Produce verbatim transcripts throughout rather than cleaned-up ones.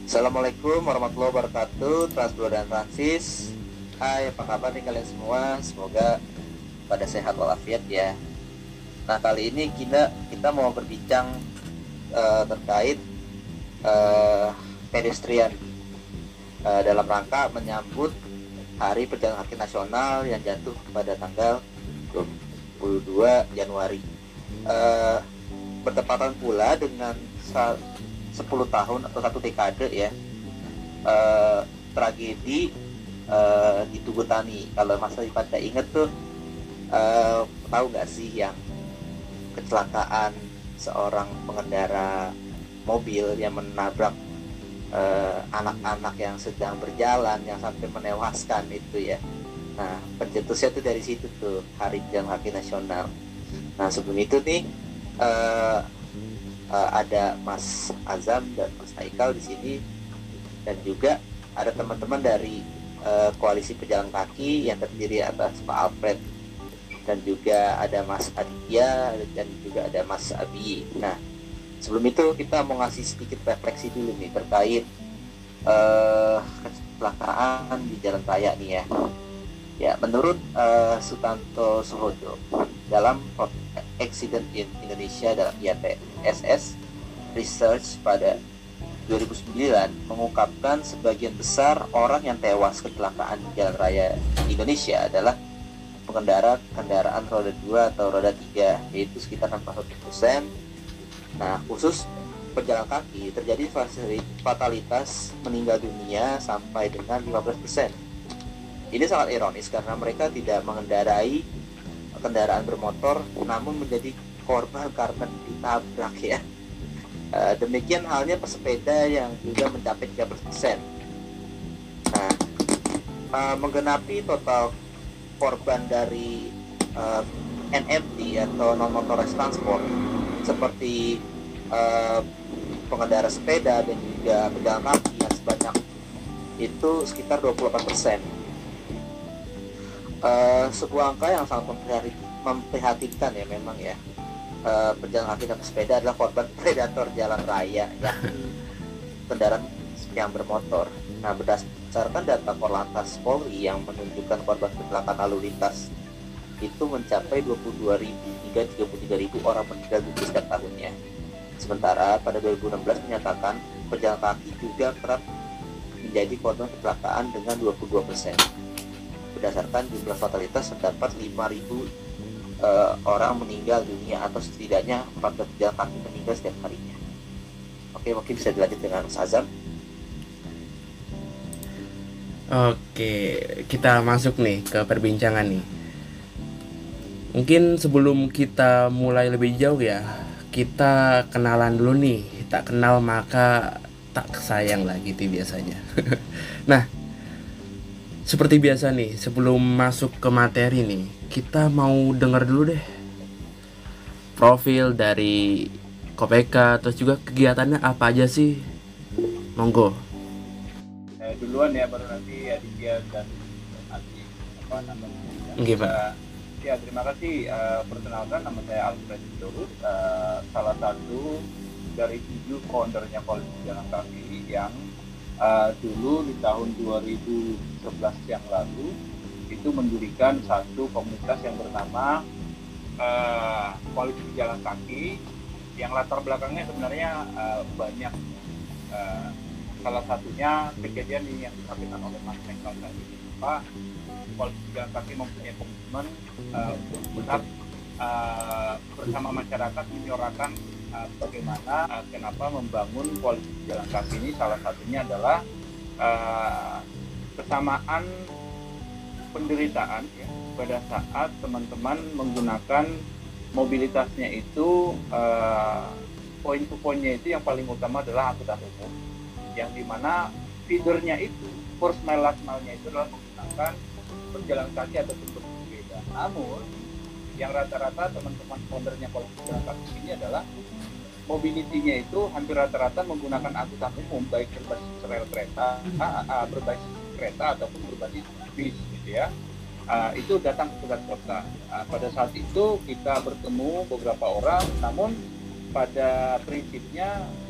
Assalamualaikum warahmatullahi wabarakatuh, Transbro dan Transis. Hai, apa kabar nih kalian semua? Semoga pada sehat walafiat ya. Nah, kali ini kita kita mau berbincang uh, terkait uh, pedestrian uh, dalam rangka menyambut Hari Pejalan Kaki Nasional yang jatuh pada tanggal dua puluh dua Januari. Uh, bertepatan pula dengan sepuluh tahun atau satu dekade ya uh, tragedi uh, di Tugu Tani. Kalau Mas pada inget tuh, uh, tahu nggak sih yang kecelakaan seorang pengendara mobil yang menabrak uh, anak-anak yang sedang berjalan yang sampai menewaskan itu ya. Nah, pencetusnya tuh dari situ tuh, Hari Pejalan Kaki Nasional. Nah, sebelum itu nih uh, uh, ada Mas Azam dan Mas Haikal di sini, dan juga ada teman-teman dari uh, Koalisi Pejalan Kaki yang terdiri atas Pak Alfred, dan juga ada Mas Aditya, dan juga ada Mas Abi. Nah, sebelum itu kita mau ngasih sedikit refleksi dulu nih terkait uh, kecelakaan di jalan raya nih ya. Ya, menurut uh, Sutanto Suhojo dalam Accident in Indonesia dalam I A T S S Research pada dua ribu sembilan mengungkapkan sebagian besar orang yang tewas kecelakaan di jalan raya di Indonesia adalah pengendara kendaraan roda dua atau roda tiga, yaitu sekitar enam puluh satu persen. Nah, khusus pejalan kaki terjadi fatalitas meninggal dunia sampai dengan lima belas persen. Ini sangat ironis karena mereka tidak mengendarai kendaraan bermotor namun menjadi korban karena ditabrak ya. E, demikian halnya pesepeda yang juga mencapai tiga belas persen. Nah, e, menggenapi total korban dari e, N M T atau non motorized transport seperti e, pengendara sepeda dan juga pejalan kaki yang sebanyak itu sekitar dua puluh delapan persen. Uh, sebuah angka yang sangat memprihatinkan ya memang ya. Uh, pejalan kaki dan sepeda adalah korban predator jalan raya ya, kendaraan yang bermotor. Nah, berdasarkan data Korlantas Polri yang menunjukkan korban kecelakaan lalu lintas itu mencapai dua puluh dua ribu hingga tiga puluh tiga ribu orang meninggal dunia setiap tahunnya. Sementara pada dua ribu enam belas menyatakan pejalan kaki juga kerap menjadi korban kecelakaan dengan dua puluh dua persen. Berdasarkan jumlah fatalitas terdapat lima ribu uh, orang meninggal dunia atau setidaknya empat belas pejalan kaki meninggal setiap harinya. Oke, mungkin bisa dilanjut dengan Azam. Oke, kita masuk nih ke perbincangan nih. Mungkin sebelum kita mulai lebih jauh ya, kita kenalan dulu nih. Tak kenal maka tak sayang lah gitu biasanya. Nah, seperti biasa nih, sebelum masuk ke materi nih, kita mau denger dulu deh profil dari K P K, terus juga kegiatannya apa aja sih. Monggo. Saya duluan ya, baru nanti Aditya dan Adi apa namanya. Gimana? Ya, terima kasih. Uh, perkenalkan, nama saya Alfred Dorus, uh, salah satu dari tujuh foundernya Koalisi Pejalan Kaki yang Uh, dulu di tahun dua ribu sebelas yang lalu itu mendirikan satu komunitas yang bernama uh, Koalisi Pejalan Kaki, yang latar belakangnya sebenarnya uh, banyak. Uh, salah satunya kejadian yang disampaikan oleh Mas Haikal tadi, Pak, Koalisi Pejalan Kaki mempunyai komitmen uh, untuk tetap uh, bersama masyarakat menyuarakan Uh, bagaimana uh, kenapa membangun Koalisi Pejalan Kaki ini. Salah satunya adalah uh, kesamaan penderitaan ya, pada saat teman-teman menggunakan mobilitasnya itu, uh, poin to poinnya itu yang paling utama adalah angkutan umum, yang dimana feedernya itu, first mile last mile-nya itu adalah menggunakan pejalan kaki ataupun bersepeda. Namun yang rata-rata teman-teman foundernya Koalisi Pejalan Kaki ini adalah mobility-nya itu hampir rata-rata menggunakan angkutan umum, baik berbasis rel kereta, uh, berbasis kereta ataupun berbasis bis gitu ya. Uh, itu datang ke pusat kota. Uh, pada saat itu kita bertemu beberapa orang, namun pada prinsipnya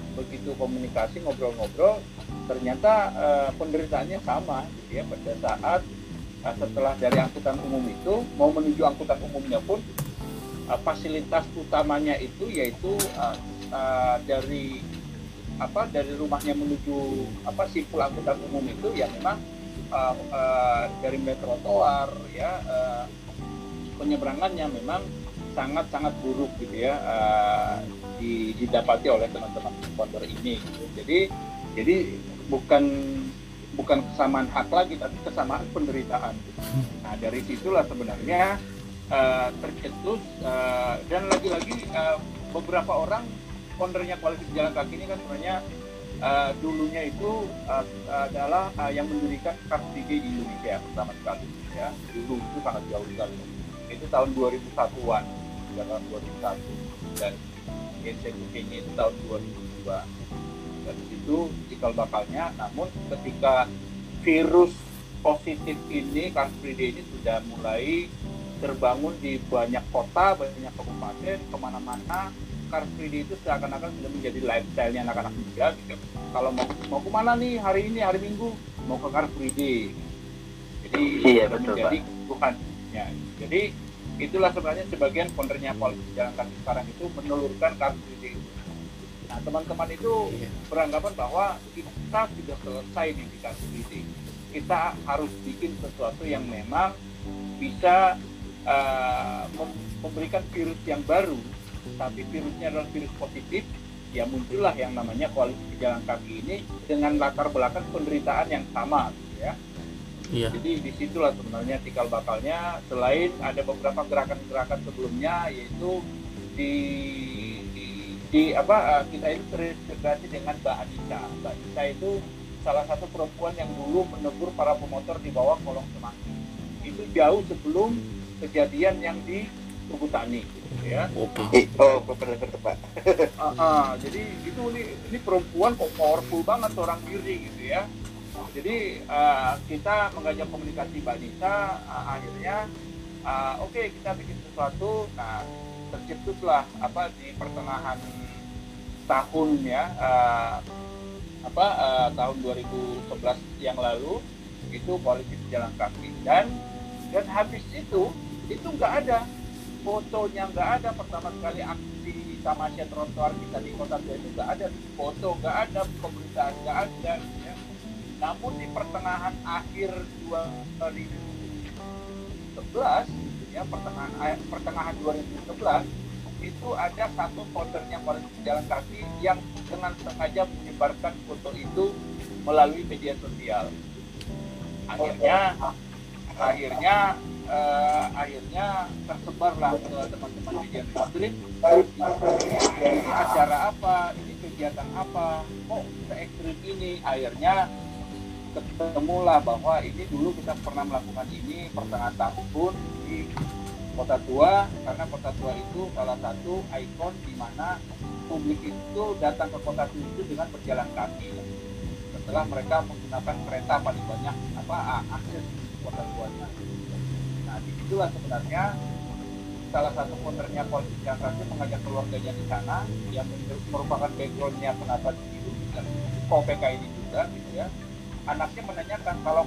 begitu komunikasi ngobrol-ngobrol ternyata uh, penderitaannya sama gitu ya. Pada saat uh, setelah dari angkutan umum itu mau menuju angkutan umumnya pun uh, fasilitas utamanya itu yaitu uh, uh, dari apa dari rumahnya menuju apa simpul angkutan umum itu ya memang uh, uh, dari metro trotoar ya uh, penyeberangannya memang sangat-sangat buruk gitu ya uh, didapati oleh teman-teman pondok ini gitu. Jadi jadi bukan bukan kesamaan hak lagi tapi kesamaan penderitaan. Nah dari situlah sebenarnya uh, tercetus uh, dan lagi-lagi uh, beberapa orang foundernya Koalisi Pejalan Kaki ini kan sebenarnya uh, dulunya itu uh, adalah uh, yang mendirikan Car Free Day di Indonesia pertama sekali ya. Dulu itu sangat jauh sekali. Itu tahun dua ribu satuan, tahun dua ribu satu dan eksekusinya itu tahun dua ribu dua. Dan itu cikal bakalnya, namun ketika virus positif ini, Car Free Day ini sudah mulai terbangun di banyak kota, banyak kabupaten, kemana-mana, Car Free Day itu seakan-akan sudah menjadi lifestyle-nya anak-anak muda gitu. Kalau mau mau kemana nih hari ini, hari Minggu, mau ke Car Free Day. Jadi iya, sudah betul, menjadi kebutuhan. Ya, jadi itulah sebenarnya sebagian foundernya Koalisi Pejalan Kaki sekarang itu menelurkan Car Free Day. Nah teman-teman itu yeah. beranggapan bahwa kita sudah selesai nih di Car Free Day. Kita harus bikin sesuatu yang memang bisa uh, memberikan virus yang baru, tapi virusnya adalah virus positif. Ya muncullah yang namanya Koalisi Pejalan Kaki ini dengan latar belakang penderitaan yang sama, gitu ya. Iya. Jadi disitulah sebenarnya cikal bakalnya. Selain ada beberapa gerakan-gerakan sebelumnya, yaitu di di, di apa kita itu terintegrasi dengan Mbak Anissa. Mbak Anissa itu salah satu perempuan yang dulu menegur para pemotor di bawah kolong Semanggi. Itu jauh sebelum kejadian yang di Tugu Tani, gitu ya. Oke. Okay. Oh, pernah bertepat. uh, uh, jadi itu ini ini perempuan kok powerful banget seorang diri gitu ya. Jadi uh, kita mengajak komunikasi Mbak Nisa, uh, akhirnya uh, oke okay, kita bikin sesuatu. Nah tercetuslah apa di pertengahan tahun ya uh, apa uh, tahun dua ribu sebelas yang lalu itu Koalisi Pejalan Kaki dan dan habis itu itu nggak ada fotonya, nggak ada pertama sekali aksi tamasya trotoar kita di Kota Tua itu nggak ada foto, nggak ada pemberitaan, nggak ada ya. Namun di pertengahan akhir dua ribu sebelas ya pertengahan pertengahan dua ribu sebelas itu ada satu foundernya Koalisi Pejalan Kaki yang dengan sengaja menyebarkan foto itu melalui media sosial. Akhirnya akhirnya uh, akhirnya tersebarlah ke teman-teman media sosial. Ini acara apa? Ini kegiatan apa? Kok se ekstrim ini? Akhirnya ketemulah bahwa ini dulu kita pernah melakukan ini pertengahan tahun di Kota Tua, karena Kota Tua itu salah satu ikon di mana publik itu datang ke Kota Tua itu dengan berjalan kaki setelah mereka menggunakan kereta paling banyak apa akses di Kota Tuanya. Nah disitulah sebenarnya salah satu foundernya Koalisi Pejalan Kaki mengajak keluarganya di sana yang merupakan backgroundnya kenapa dihidupkan K O P K ini juga gitu ya. Anaknya menanyakan kalau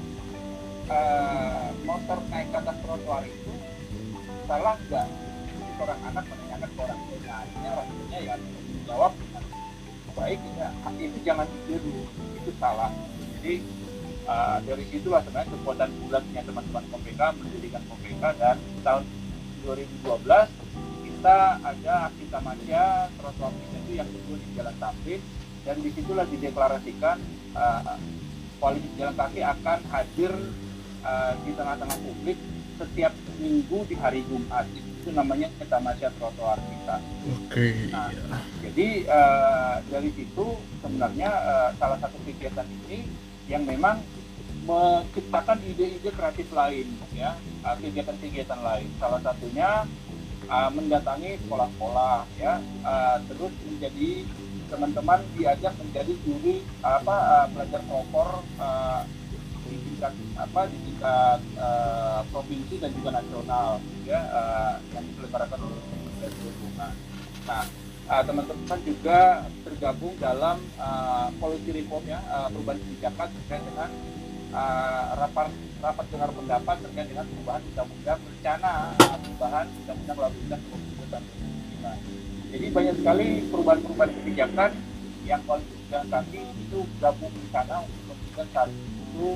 uh, motor naik ke atas trotoar itu salah nggak? Seorang anak menanyakan ke orang tuanya, akhirnya orang tuanya ya menjawab dengan baik ya, itu jangan ditiru, itu salah. Jadi uh, dari situlah sebenarnya kekuatan bulatnya teman-teman K O P K mendirikan K O P K dan tahun dua ribu dua belas kita ada aksi tamasya trotoar kita itu yang kedua di Jalan Tamrin dan disitulah dideklarasikan uh, Koalisi Pejalan Kaki akan hadir uh, di tengah-tengah publik setiap minggu di hari Jumat. Itu namanya tamasya trotoar kita. Oke. Okay. Nah, jadi uh, dari situ sebenarnya uh, salah satu kegiatan ini yang memang menciptakan ide-ide kreatif lain, ya, uh, kegiatan-kegiatan lain. Salah satunya uh, mendatangi sekolah-sekolah, ya, uh, terus menjadi teman-teman diajak menjadi juri apa uh, pelajar pelopor uh, di tingkat apa di tingkat uh, provinsi dan juga nasional ya uh, yang diselenggarakan oleh Kementerian Perhubungan. Nah uh, teman-teman juga tergabung dalam uh, policy reform ya, uh, perubahan kebijakan terkait dengan uh, rapat rapat dengar pendapat terkait dengan perubahan undang-undang rencana uh, perubahan undang-undang lalu lintas dua ribu dua puluh. Jadi banyak sekali perubahan-perubahan kebijakan yang koalisi pejalan kaki itu gabung di sana untuk memberikan satu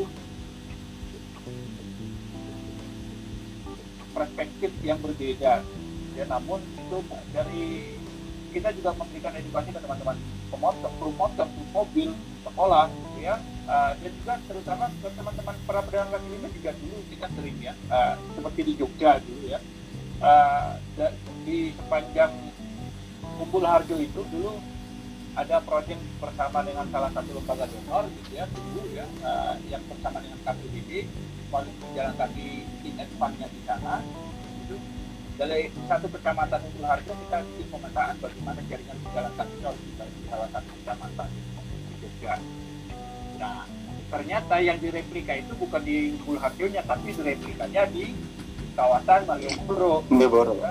perspektif yang berbeda. Ya, namun itu dari kita juga memberikan edukasi ke teman-teman pemotor, pemotor, mobil, sekolah, gitu ya. Uh, dan juga terutama ke teman-teman para pedagang kaki lima juga dulu kita sering ya, uh, seperti di Jogja dulu ya, uh, di sepanjang Kumpul Harjo itu dulu ada proyek bersama dengan salah satu lembaga donor gitu ya, dulu ya, uh, yang bersama dengan K P B D, koalisi jalan kaki ingat fundnya di sana. Itu dari satu kecamatan Kumpul Harjo kita bikin pemetaan bagaimana jaringan jalan kaki harus di salah satu kecamatan di Jogja. Nah, ternyata yang direplika itu bukan di Kumpul Harjonya, tapi direplikanya di kawasan Malioboro. Malioboro.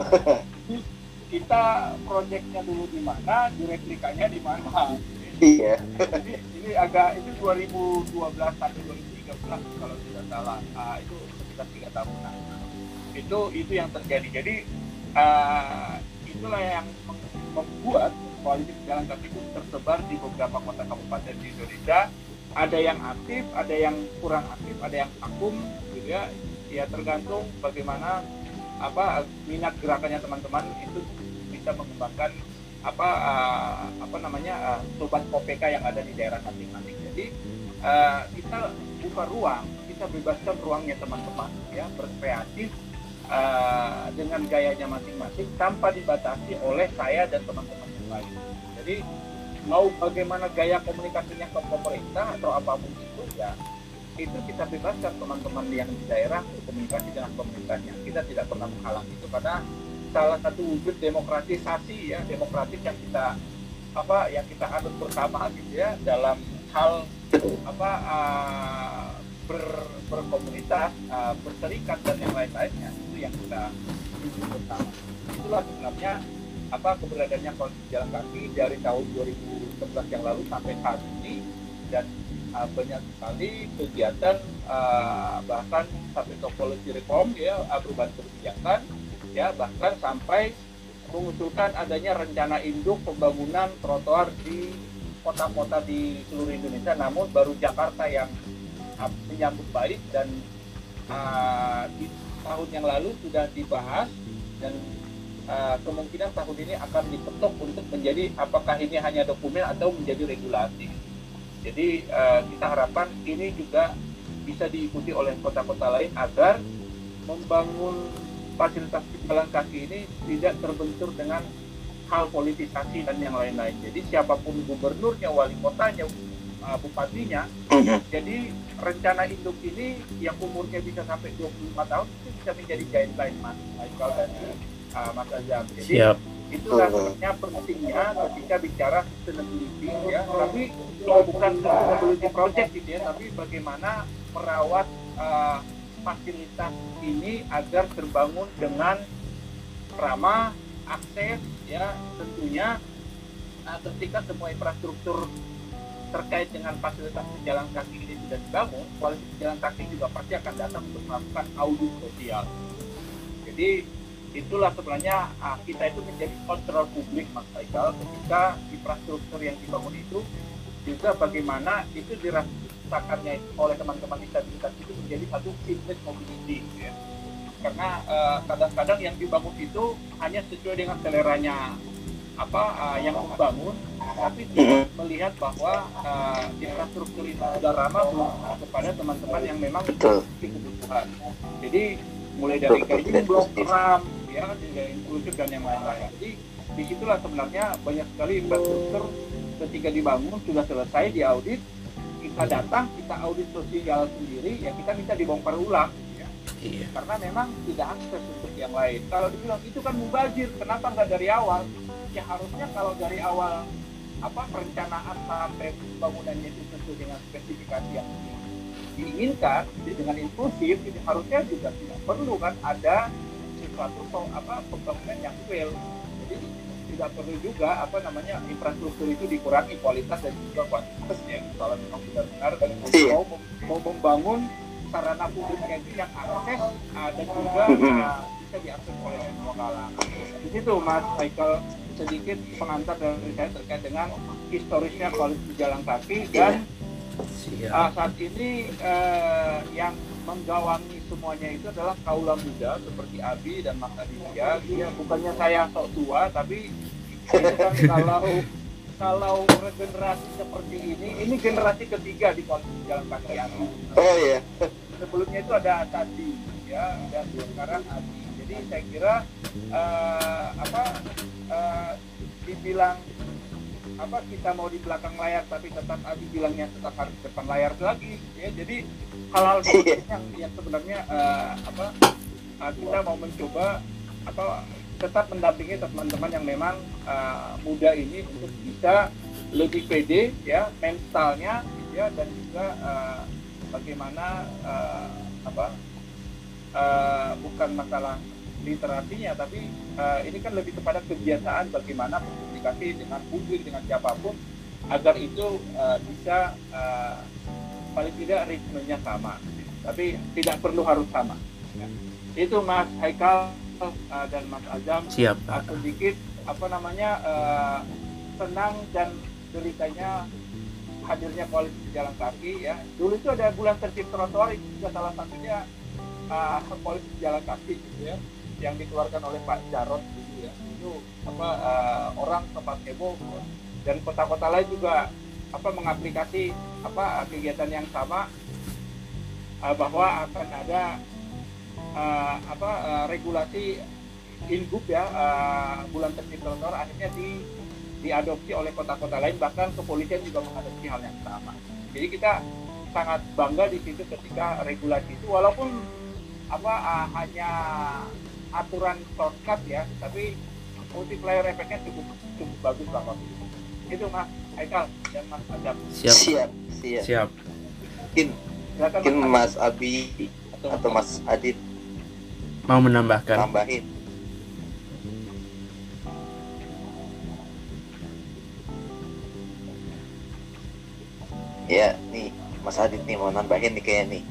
Kita proyeknya dulu di mana, direplikanya di mana. Iya. Jadi ini agak itu dua ribu dua belas sampai dua ribu tiga belas kalau tidak salah. Uh, itu sekitar tiga tahunan. Itu itu yang terjadi. Jadi uh, itulah yang membuat koalisi pejalan kaki itu tersebar di beberapa kota kabupaten di Indonesia. Ada yang aktif, ada yang kurang aktif, ada yang vakum, gitu ya. Ya tergantung bagaimana apa minat gerakannya teman-teman itu bisa mengembangkan apa uh, apa namanya uh, sobat K P K yang ada di daerah masing-masing. Jadi uh, kita buka ruang, kita bebaskan ruangnya teman-teman ya, berkreatif uh, dengan gayanya masing-masing tanpa dibatasi oleh saya dan teman-teman yang lain. Jadi mau bagaimana gaya komunikasinya ke pemerintah atau apapun itu ya, itu kita bebaskan teman-teman yang di daerah berkomunikasi dengan pemerintahnya. Kita tidak pernah menghalang itu karena salah satu wujud demokratisasi ya, demokratis yang kita apa yang kita anut bersama gitu ya dalam hal apa uh, ber, berkomunitas, uh, berserikat dan yang lain-lainnya, itu yang kita wujud bersama. Itulah sebenarnya apa keberadaannya koalisi jalan kaki dari tahun dua ribu sebelas yang lalu sampai saat ini, dan Uh, banyak sekali kegiatan uh, bahkan sampai ke policy reform ya, uh, perubahan kebijakan ya, bahkan sampai mengusulkan adanya rencana induk pembangunan trotoar di kota-kota di seluruh Indonesia, namun baru Jakarta yang uh, menyambut baik, dan uh, di tahun yang lalu sudah dibahas, dan uh, kemungkinan tahun ini akan diketok untuk menjadi apakah ini hanya dokumen atau menjadi regulasi. Jadi uh, kita harapkan ini juga bisa diikuti oleh kota-kota lain agar membangun fasilitas pejalan kaki ini tidak terbentur dengan hal politisasi dan yang lain-lain. Jadi siapapun gubernurnya, wali kotanya, uh, bupatinya, jadi rencana induk ini yang umurnya bisa sampai dua puluh lima tahun itu bisa menjadi guideline Mas Michael dan uh, Mas Azam. Jadi Siap. itulah sebenarnya pentingnya ketika bicara sustainability ya, tapi bukan sustainability project gitu ya, tapi bagaimana merawat uh, fasilitas ini agar terbangun dengan ramah, akses ya, tentunya uh, ketika semua infrastruktur terkait dengan fasilitas pejalan kaki ini sudah dibangun, koalisi pejalan kaki juga pasti akan datang untuk melakukan audit sosial. Jadi itulah sebenarnya uh, kita itu menjadi kontrol publik Mas Haikal, ketika infrastruktur yang dibangun itu juga bagaimana itu dirasakannya oleh teman-teman disabilitas itu menjadi satu seamless mobility ya. Karena uh, kadang-kadang yang dibangun itu hanya sesuai dengan seleranya apa uh, yang membangun, tapi tidak melihat bahwa uh, infrastruktur itu sudah ramah belum kepada teman-teman yang memang memiliki kebutuhan. Jadi mulai dari guiding block, ram, ya, dari inklusif dan yang lain-lain. Jadi disitulah sebenarnya banyak sekali infrastruktur ketika dibangun sudah selesai diaudit, kita datang, kita audit sosial sendiri, ya kita minta dibongkar ulang. Ya. Iya. Karena memang tidak akses untuk yang lain. Kalau dibilang itu kan mubazir, kenapa nggak dari awal? Ya harusnya kalau dari awal apa perencanaan sampai pembangunannya itu sesuai dengan spesifikasi yang diinginkan dengan inklusif, itu harusnya juga tidak perlu kan ada sesuatu apa pembangunan yang fail. Jadi tidak perlu juga apa namanya infrastruktur itu dikurangi kualitas dan juga kuantitasnya. Kalau memang benar-benar mau mau membangun sarana publiknya itu yang akses uh, dan juga uh, bisa diakses oleh semua kalangan. Di situ Mas Michael sedikit pengantar dari saya terkait dengan historisnya koalisi pejalan kaki dan uh, saat ini uh, yang menggawangi semuanya itu adalah kaula muda seperti Abi dan Mas Aditya. Ya, bukannya saya sok tua, tapi itu kan kalau kalau regenerasi seperti ini, ini generasi ketiga di koalisi pejalan kaki Abi. Oh iya. Sebelumnya itu ada Tadi, ya, dan sekarang Abi. Jadi saya kira uh, apa uh, dibilang apa kita mau di belakang layar tapi tetap Abi bilangnya tetap harus di depan layar lagi ya. Jadi hal-hal seperti yang, yang sebenarnya uh, apa uh, kita mau mencoba atau tetap mendampingi teman-teman yang memang uh, muda ini untuk bisa lebih pede ya mentalnya ya, dan juga uh, bagaimana uh, apa uh, bukan masalah literasinya, tapi uh, ini kan lebih kepada kebiasaan bagaimana berkomunikasi dengan publik, dengan siapapun agar itu uh, bisa uh, paling tidak ritmenya sama, tapi tidak perlu harus sama ya. Itu Mas Haikal uh, dan Mas Azam. Siap. uh, sedikit apa namanya uh, senang dan deritanya hadirnya koalisi pejalan kaki ya. Dulu itu ada bulan tertib trotoar, itu juga salah satunya uh, koalisi pejalan kaki gitu ya, yang dikeluarkan oleh Pak Jarod gitu ya. Itu apa uh, orang sempat heboh dan kota-kota lain juga apa mengaplikasi apa kegiatan yang sama uh, bahwa akan ada uh, apa uh, regulasi Ingup ya uh, bulan tertib trotoar akhirnya di diadopsi oleh kota-kota lain, bahkan kepolisian juga mengadopsi hal yang sama. Jadi kita sangat bangga di situ ketika regulasi itu walaupun apa uh, hanya aturan shortcut ya, tapi multiplier efeknya cukup cukup bagus lah waktu itu. Itu Mas Haikal dan Mas Adam. Siap. Siap, siap. Siap. Mungkin, Silakan, mungkin Mas Mas Abi Atau- atau Mas Adit Mau menambahkan? tambahin. Ya, nih Mas Adit nih mau nambahin nih kayaknya nih.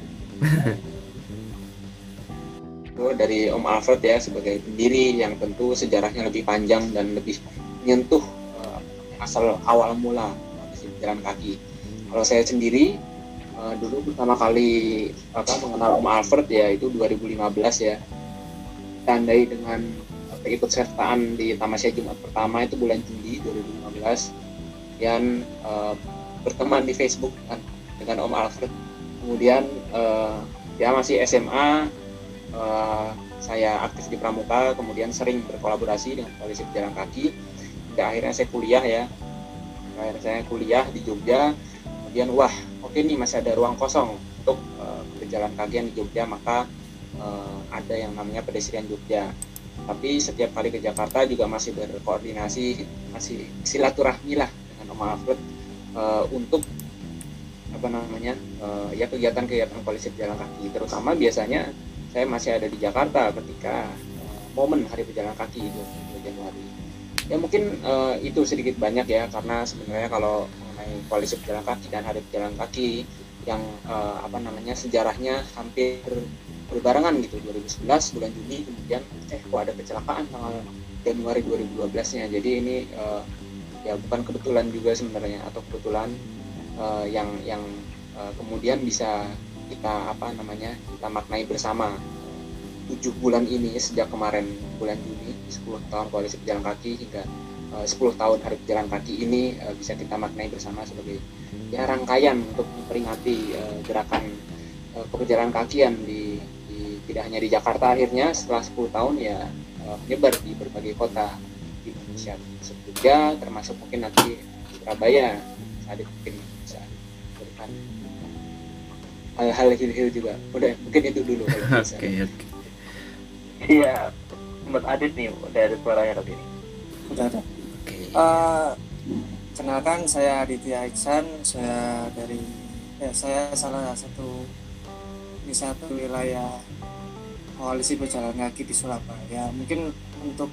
Itu dari Om Alfred ya, sebagai pendiri yang tentu sejarahnya lebih panjang dan lebih menyentuh uh, asal awal mula jalan kaki. Kalau saya sendiri uh, dulu pertama kali apa mengenal Om Alfred ya itu dua ribu lima belas ya, tandai dengan keikutsertaan di Tamasya Jumat pertama itu bulan Juli dua ribu lima belas, dan uh, berteman di Facebook kan dengan Om Alfred. Kemudian uh, ya masih S M A, uh, saya aktif di Pramuka, kemudian sering berkolaborasi dengan koalisi pejalan kaki. Hingga akhirnya saya kuliah ya, akhirnya saya kuliah di Jogja. Kemudian wah oke nih masih ada ruang kosong untuk uh, pejalan kaki di Jogja, maka uh, ada yang namanya pedestrian Jogja. Tapi setiap kali ke Jakarta juga masih berkoordinasi, masih silaturahmi lah dengan Om Alfred uh, untuk apa namanya uh, ya kegiatan-kegiatan koalisi pejalan kaki. Terutama biasanya saya masih ada di Jakarta ketika uh, momen Hari Pejalan Kaki itu dua Januari. Ya mungkin uh, itu sedikit banyak ya, karena sebenarnya kalau mengenai koalisi pejalan kaki dan Hari Pejalan Kaki yang uh, apa namanya sejarahnya hampir berbarengan gitu, dua ribu sebelas bulan Juni, kemudian eh kok ada kecelakaan tanggal Januari dua ribu dua belas nya. Jadi ini uh, ya bukan kebetulan juga sebenarnya, atau kebetulan uh, yang yang uh, kemudian bisa kita apa namanya kita maknai bersama tujuh bulan ini sejak kemarin bulan Juni, sepuluh tahun koalisi pejalan kaki hingga uh, sepuluh tahun Hari Pejalan Kaki ini uh, bisa kita maknai bersama sebagai ya rangkaian untuk memperingati uh, gerakan uh, kepejalan kakian di, di tidak hanya di Jakarta, akhirnya setelah sepuluh tahun ya uh, menyebar di berbagai kota di Indonesia, Jogja termasuk mungkin nanti Surabaya, saat itu mungkin bisa berikan hal-hal hil-hil juga. Udah mungkin itu dulu kalau bisa. Oke, oke. Iya, Mas Adit nih udah ada suaranya tadi nih. Udah ada. Oke. Eh, kenalkan saya Aditya Iksan, saya dari ya, saya salah satu di satu wilayah koalisi pejalan kaki di Surabaya. Mungkin untuk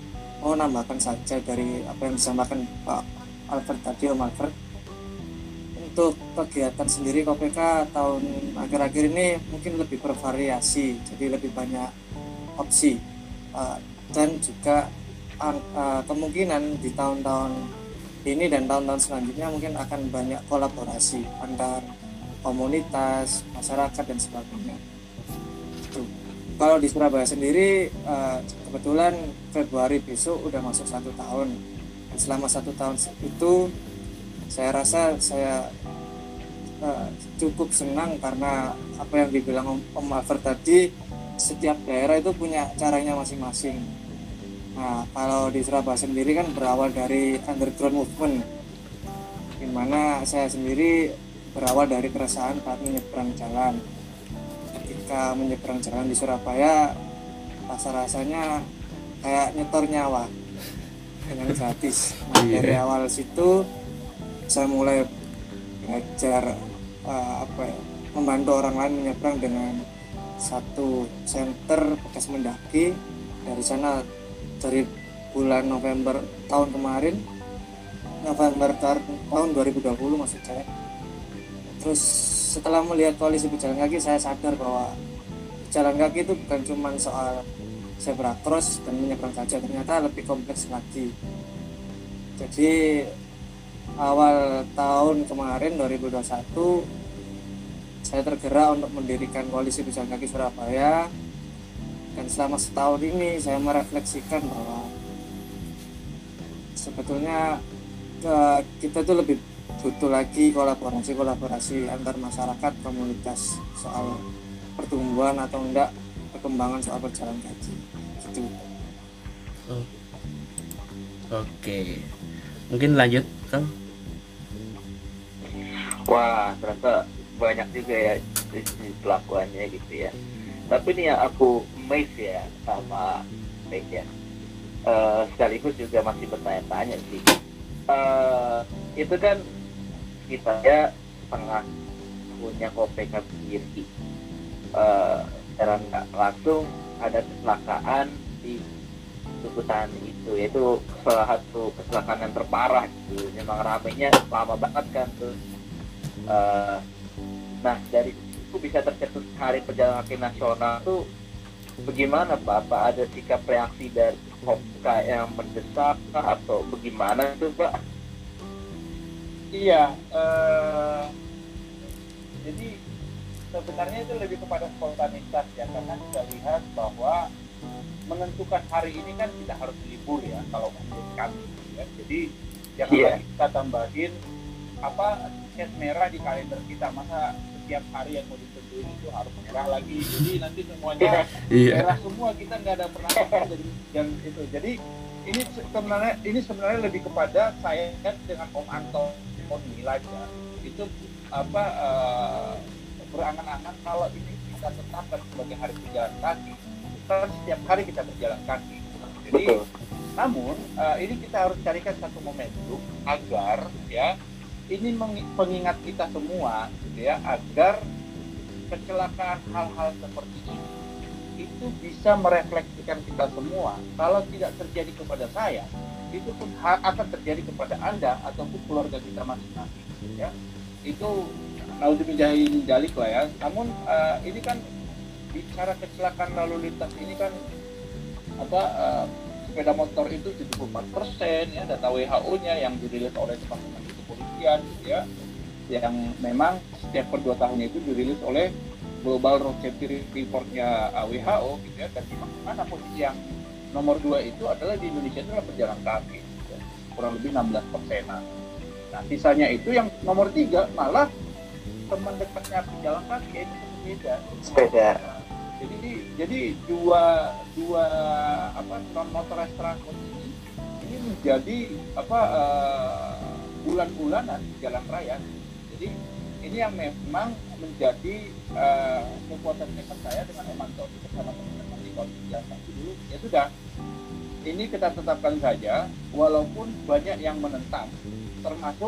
mau nambahkan saja dari apa yang disampaikan Pak Albert tadi, Om Albert. Untuk kegiatan sendiri K P K tahun akhir-akhir ini mungkin lebih bervariasi, jadi lebih banyak opsi, uh, dan juga uh, kemungkinan di tahun-tahun ini dan tahun-tahun selanjutnya mungkin akan banyak kolaborasi antar komunitas, masyarakat dan sebagainya. Itu. Kalau di Surabaya sendiri uh, kebetulan Februari besok udah masuk satu tahun. Dan selama satu tahun itu saya rasa saya uh, cukup senang karena apa yang dibilang Om, Om Albert tadi, setiap daerah itu punya caranya masing-masing. Nah, kalau di Surabaya sendiri kan berawal dari underground movement, di mana saya sendiri berawal dari keresahan saat menyeberang jalan. Ketika menyeberang jalan di Surabaya, rasa-rasanya kayak nyetor nyawa dengan gratis. Nah, dari awal situ saya mulai belajar uh, apa ya, membantu orang lain menyeberang dengan satu center bekas mendaki. Dari sana dari bulan November tahun kemarin, November tahun dua ribu dua puluh maksud saya. Terus setelah melihat koalisi pejalan kaki, saya sadar bahwa pejalan kaki itu bukan cuma soal zebra cross dan menyeberang saja, ternyata lebih kompleks lagi. Jadi awal tahun kemarin dua ribu dua puluh satu saya tergerak untuk mendirikan koalisi pejalan kaki Surabaya, dan selama setahun ini saya merefleksikan bahwa sebetulnya kita tuh lebih butuh lagi kolaborasi-kolaborasi antar masyarakat, komunitas soal pertumbuhan atau enggak perkembangan soal berjalan kaki gitu. Oh. Oke, mungkin lanjut Kang. Wah, ternyata banyak juga ya pelakuannya gitu ya. Tapi nih ya, aku amazed ya sama Pek ya. Uh, sekaligus juga masih bertanya-tanya sih. Uh, itu kan kita ya setengah punya K P K sendiri. Uh, secara nggak langsung ada kecelakaan di Tukutan itu, yaitu salah satu kecelakaan yang terparah gitu. Memang ramainya lama banget kan tuh. Uh, nah dari itu bisa tercetus Hari Pejalan Kaki Nasional tuh bagaimana Pak? Apa ada sikap reaksi dari K P K yang mendesak atau bagaimana tuh Pak? Iya, uh, jadi sebenarnya itu lebih kepada spontanitas ya, karena kita lihat bahwa menentukan hari ini kan tidak harus libur ya kalau menurut kami ya. Jadi jangan yeah. lagi kita tambahin apa tiket merah di kalender kita, masa setiap hari yang mau ditentuin itu harus merah lagi, jadi nanti semuanya yeah. merah semua, kita nggak ada pernah jadi yang itu. Jadi ini sebenarnya ini sebenarnya lebih kepada saya kan dengan Om Anton Nilai ya, itu apa uh, berangan-angan kalau ini kita tetapkan sebagai hari berjalan kaki, karena setiap hari kita berjalan kaki. Jadi, betul. Namun uh, ini kita harus carikan satu momentum agar ya ini pengingat kita semua, gitu ya, agar kecelakaan hal-hal seperti ini itu bisa merefleksikan kita semua. Kalau tidak terjadi kepada saya, itu pun akan terjadi kepada Anda ataupun keluarga kita masing-masing. Ya, itu naudzubillahi dzalik lah ya. Namun uh, ini kan bicara kecelakaan lalu lintas ini kan apa uh, sepeda motor itu tujuh puluh empat persen ya, data W H O-nya yang dirilis oleh Departemen Kepolisian gitu ya, yang memang setiap per dua tahunnya itu dirilis oleh Global Road Safety Report-nya W H O gitu ya. Dan di mana posisi yang nomor dua itu adalah di Indonesia itu adalah pejalan kaki ya, kurang lebih enam belas persenan. Nah sisanya itu yang nomor tiga malah teman dekatnya pejalan kaki itu sepeda. Sepeda. Nah, jadi jadi dua dua apa non motorized transport ini ini menjadi apa uh, bulan-bulanan di jalan raya. Jadi ini yang memang menjadi uh, kekuatan tekad saya dengan Om Anton bersama teman-teman di Komisi Jalan Kaki dulu. Ya sudah, ini kita tetapkan saja, walaupun banyak yang menentang, termasuk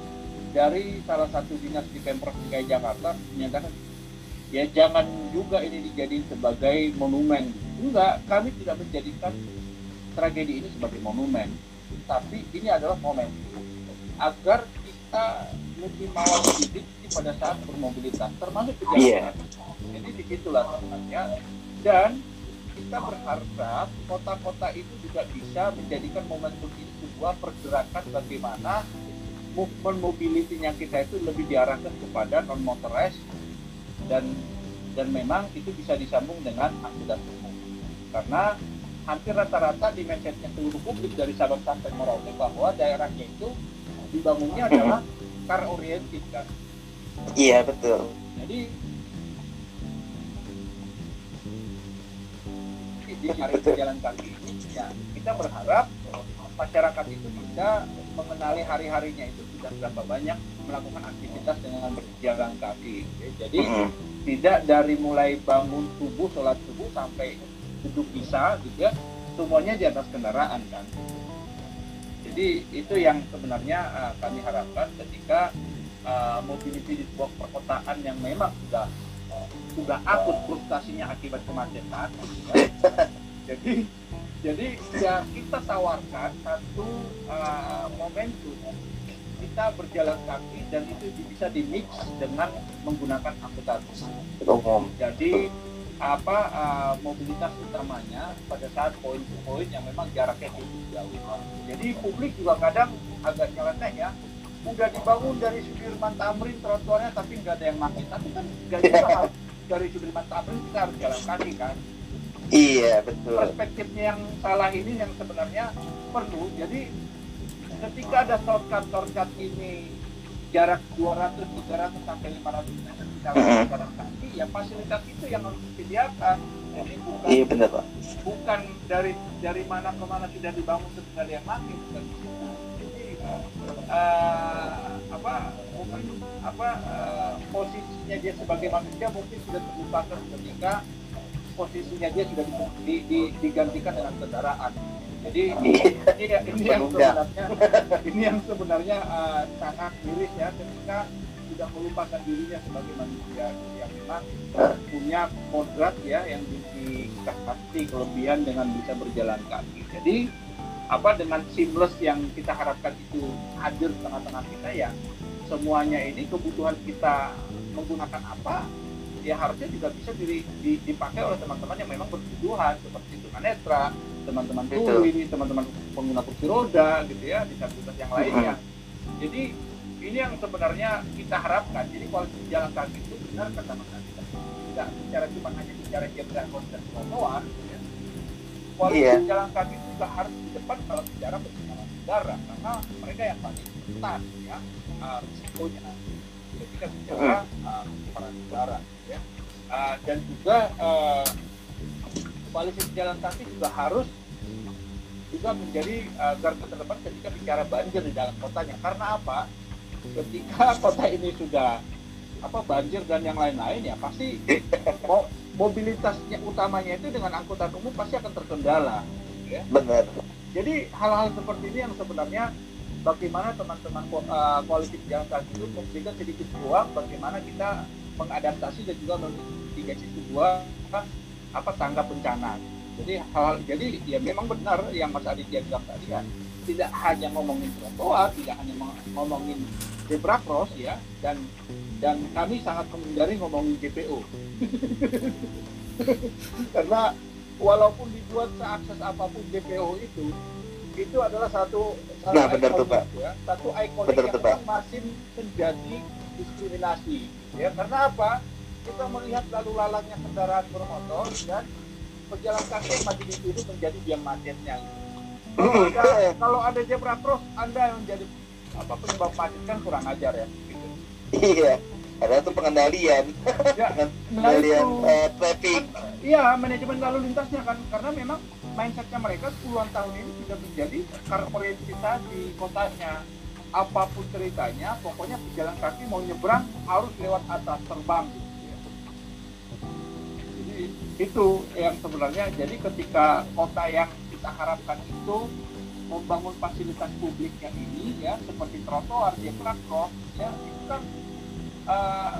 dari salah satu dinas di Pemprov D K I Jakarta menyatakan ya jangan juga ini dijadiin sebagai monumen. Enggak, kami tidak menjadikan tragedi ini sebagai monumen, tapi ini adalah momen agar kita lebih mawas diri pada saat bermobilitas, termasuk di jalan Iya. kaki. Jadi disitulah sebenarnya, dan kita berharap kota-kota itu juga bisa menjadikan momentum ini sebuah pergerakan bagaimana movement mobility-nya kita itu lebih diarahkan kepada non motorized dan dan memang itu bisa disambung dengan angkutan umum, karena hampir rata-rata di mindsetnya seluruh publik dari Sabang sampai Merauke bahwa daerahnya itu dibangunnya adalah car oriented kan. Iya betul. Jadi di hari jalan kaki ini ya kita berharap masyarakat itu bisa mengenali hari-harinya itu sudah berapa banyak melakukan aktivitas dengan berjalan kaki. Jadi Mm-hmm. tidak dari mulai bangun subuh, sholat subuh sampai duduk bisa gitu ya, semuanya di atas kendaraan kan. Jadi itu yang sebenarnya uh, kami harapkan ketika uh, mobility di sebuah perkotaan yang memang sudah uh, sudah akut frustasinya akibat kemacetan. Ya. Jadi jadi ya kita tawarkan satu uh, momentum kita berjalan kaki dan itu bisa dimix dengan menggunakan angkutan Umum. jadi apa uh, mobilitas utamanya pada saat poin-poin yang memang jaraknya cukup jauh. Jadi publik juga kadang agak nyeleneh ya, udah dibangun dari Sudirman Tamrin trotoarnya tapi nggak ada yang makin, tapi kan nggak juga harus dari Sudirman Tamrin kita harus jalan kaki kan. Iya betul. Perspektifnya yang salah ini yang sebenarnya perlu. Jadi ketika ada shortcut shortcut ini jarak dua ratus, tiga ratus sampai lima ratus meter kita Mm-hmm. jalan kaki, ya fasilitas itu yang harus disediakan. Jadi bukan Iya benar Pak. bukan dari dari mana ke mana sudah dibangun terus nggak ada yang makin. Bukan gitu. Jadi uh, apa mungkin apa uh, posisinya dia sebagai manusia mungkin sudah terlupakan ketika posisinya dia sudah di, di, di, digantikan dengan kendaraan. Jadi ini, ini yang sebenarnya ini yang sebenarnya uh, sangat miris ya, ketika sudah melupakan dirinya sebagai manusia yang memang punya kodrat ya yang dikasih kelebihan dengan bisa berjalan kaki. Jadi apa dengan seamless yang kita harapkan itu hadir di tengah-tengah kita ya, semuanya ini kebutuhan kita menggunakan apa ya harusnya juga bisa di, di, dipakai oleh teman-teman yang memang berkebutuhan seperti tunanetra, teman-teman tuli, teman-teman pengguna kursi roda gitu ya, disabilitas yang lainnya. Jadi ini yang sebenarnya kita harapkan. Jadi kualitas jalan kaki itu benar kata Mas Adi, tidak bicara cuma hanya bicara zebra cross dan trotoar gitu ya. Kualitas Iya. jalan kaki itu juga harus di depan kalau bicara bersama udara, karena mereka yang paling rentan ya uh, risikonya ketika bicara uh, peran udara ya. Uh, dan juga uh, kualitas jalan kaki juga harus juga menjadi uh, garda terdepan ketika bicara banjir di dalam kotanya. Karena apa? Ketika kota ini sudah apa banjir dan yang lain-lain ya pasti mo- mobilitasnya utamanya itu dengan angkutan umum pasti akan terkendala. Ya. Benar. Jadi hal-hal seperti ini yang sebenarnya bagaimana teman-teman uh, kualitas jalan kaki itu memberikan sedikit ruang bagaimana kita mengadaptasi dan juga memitigasi sebuah apa tangga bencana. Jadi hal jadi ya memang benar yang Mas Aditya bilang tadi ya, tidak hanya ngomongin trotoar, tidak hanya ngomongin zebra cross ya, dan dan kami sangat menghindari ngomongin J P O. Karena walaupun dibuat seakses apapun J P O itu, itu adalah satu satu Nah, benar tuh, Pak. ya, satu ikonik Benar yang tuh, Pak. masih menjadi diskriminasi. Ya, karena apa? Kita melihat lalu lalangnya kendaraan bermotor dan pejalan kaki yang masih dituduh menjadi biang macetnya. Kalau ada, kalau ada zebra cross, Anda yang menjadi apa penyebab macet kan kurang ajar ya. Gitu. Iya. Ada tuh pengendalian. Ya, nah Pengendalian itu, eh, traffic. iya manajemen lalu lintasnya kan, karena memang mindsetnya mereka puluhan tahun ini sudah menjadi car oriented di kotanya. Apapun ceritanya, pokoknya pejalan kaki mau nyebrang harus lewat atas terbang. Jadi itu yang sebenarnya. Jadi ketika kota yang kita harapkan itu membangun fasilitas publiknya ini ya seperti trotoar, zebra cross, ya itu kan uh,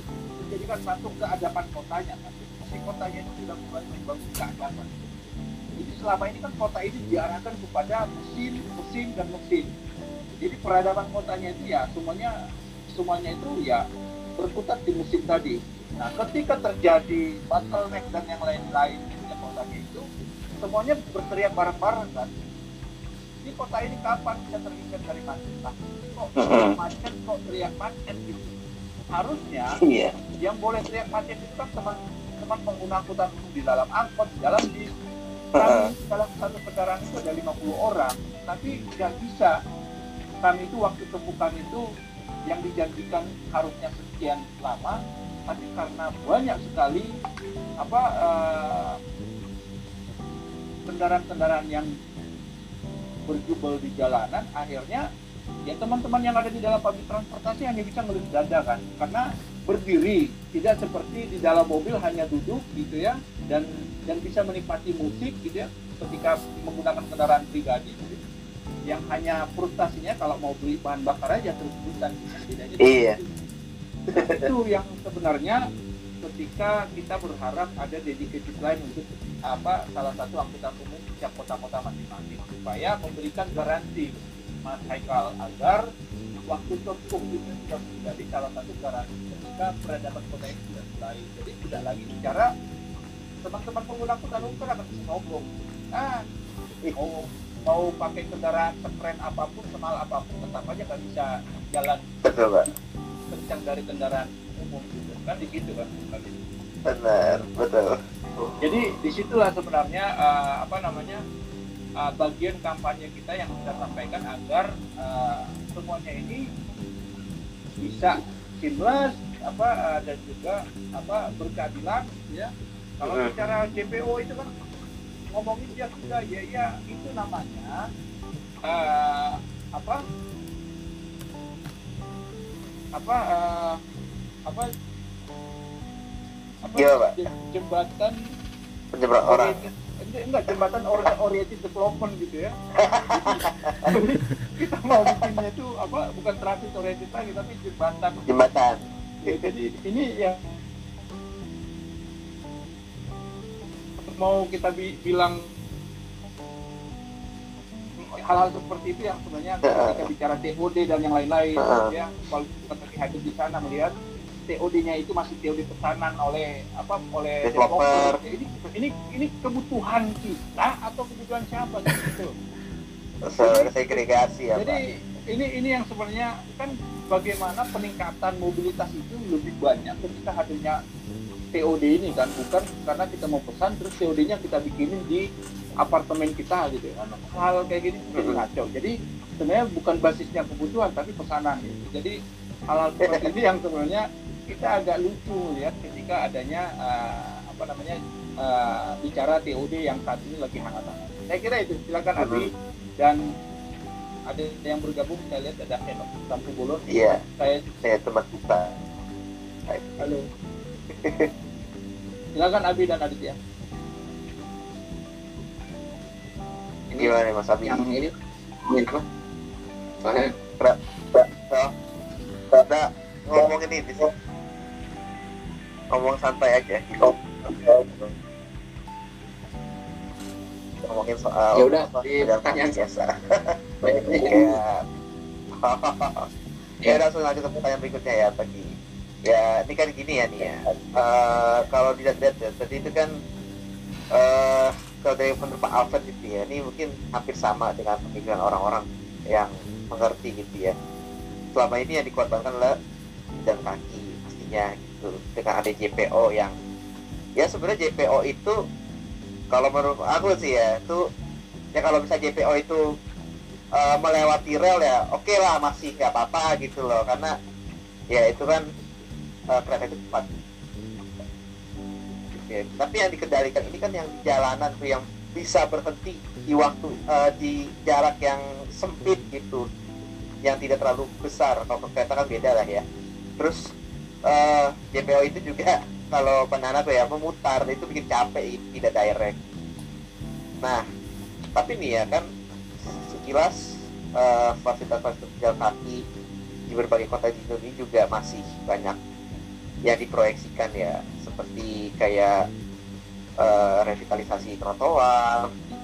menjadikan satu keadapan kotanya kan. Si kotanya itu sudah mulai membangun keadapan. Jadi selama ini kan kota ini diarahkan kepada mesin, mesin dan mesin. Jadi peradaban kotanya itu ya semuanya semuanya itu ya berkutat di mesin tadi. Nah, ketika terjadi bottleneck dan yang lain-lain di kotanya itu, semuanya berteriak bareng-bareng kan. Ini kota ini kapan bisa terhindar dari macet? Nah, kok teriak macet, kok teriak macet gitu. Harusnya Iya. yang boleh teriak macet itu kan teman-teman pengguna angkutan umum di dalam angkot, di dalam bis. Kami dalam satu kendaraan itu ada lima puluh orang, tapi tidak bisa. Kami itu waktu temukan itu yang dijanjikan harusnya sekian lama, tapi karena banyak sekali apa eh, kendaraan-kendaraan yang berjubel di jalanan, akhirnya ya teman-teman yang ada di dalam public transportasi hanya bisa ngelus dada kan, karena berdiri, tidak seperti di dalam mobil hanya duduk gitu ya, dan dan bisa menikmati musik gitu ya ketika menggunakan kendaraan pribadi gitu, yang hanya frustasinya kalau mau beli bahan bakar aja terus-terusan setidaknya. Iya. Itu yang sebenarnya ketika kita berharap ada dedicated line untuk apa salah satu angkutan umum di setiap kota-kota masing-masing supaya memberikan garansi Mas Haikal agar waktu tempuh itu sudah menjadi salah satu garansi ketika peradaban kota ini sudah mulai. Jadi tidak lagi bicara teman-teman pengguna angkutan umum kan akan bisa ngobrol. Ah, mau mau pakai kendaraan sekeren apapun, semahal apapun, tetap aja nggak bisa jalan Betul, Pak. kencang dari kendaraan umum gitu kan, di situ kan. Benar, betul. Jadi disitulah sebenarnya uh, apa namanya uh, bagian kampanye kita yang kita sampaikan agar uh, semuanya ini bisa seamless apa uh, dan juga apa berkeadilan ya. Kalau Hmm. bicara J P O itu kan ngomongin dia sudah ya ya itu namanya uh, apa apa uh, apa apa Iya, Pak. j- jembatan Penyeberang orang. oriented enggak, enggak jembatan or- oriented development gitu ya. Jadi kita mau bikinnya itu apa bukan transit oriented lagi tapi jembatan. Jembatan. Ya, jadi ini yang mau kita bi- bilang hal-hal seperti itu yang sebenarnya ketika bicara T O D dan yang lain-lain Uh-uh. ya kalau kita lagi hadir di sana melihat T O D-nya itu masih T O D pesanan oleh apa oleh Developer. developer. Ini ini ini kebutuhan kita atau kebutuhan siapa gitu. Se- segregasi ya, Jadi Pak. ini ini yang sebenarnya kan bagaimana peningkatan mobilitas itu lebih banyak ketika hadirnya T O D ini kan, bukan karena kita mau pesan terus T O D-nya kita bikinin di apartemen kita gitu kan. Hal kayak gini jadi kacau. Jadi sebenarnya bukan basisnya kebutuhan tapi pesanan gitu. Jadi hal-hal seperti ini yang sebenarnya kita agak lucu lihat ketika adanya uh, apa namanya uh, bicara T O D yang saat ini lagi hangat-hangat. Saya kira itu. Silakan Abi dan ada yang bergabung. Saya lihat ada Heno lampu bolon. Iya, Saya saya teman kita. halo. Silakan Abi dan Aditya. Gimana nih, Mas Abi? Yang ini ngomongin apa? Soalnya So, kita ngomongin ini sih. Ngomong santai aja. Gitu. Ngomongin soal Ya udah, apa, di perjalanan pertanyaan. biasa. banyak-banyak Ya. Ya, langsung lanjut ke pertanyaan berikutnya ya tadi. Ya, ini kan gini ya nih ya. Eh, kalau dilihat-lihat ya, tadi itu kan eh kalau dari menurut Pak Alfred gitu ya, ini mungkin hampir sama dengan pemikiran orang-orang yang mengerti gitu ya. Selama ini yang dikorbankan adalah jalan kaki pastinya gitu. Dengan ada J P O yang ya sebenarnya J P O itu kalau menurut aku sih ya itu ya kalau bisa J P O itu uh, melewati rel ya oke okay lah masih nggak apa-apa gitu loh karena ya itu kan uh, kereta itu cepat. Oke, tapi yang dikendalikan ini kan yang di jalanan tuh yang bisa berhenti di waktu uh, di jarak yang sempit gitu, yang tidak terlalu besar. Kalau kereta kan beda lah ya. Terus uh, J P O itu juga kalau penana tuh ya memutar itu bikin capek, tidak direct. Nah, tapi nih ya kan sekilas uh, fasilitas-fasilitas jalan kaki di berbagai kota di Indonesia juga masih banyak yang diproyeksikan ya, seperti kayak uh, revitalisasi trotoar,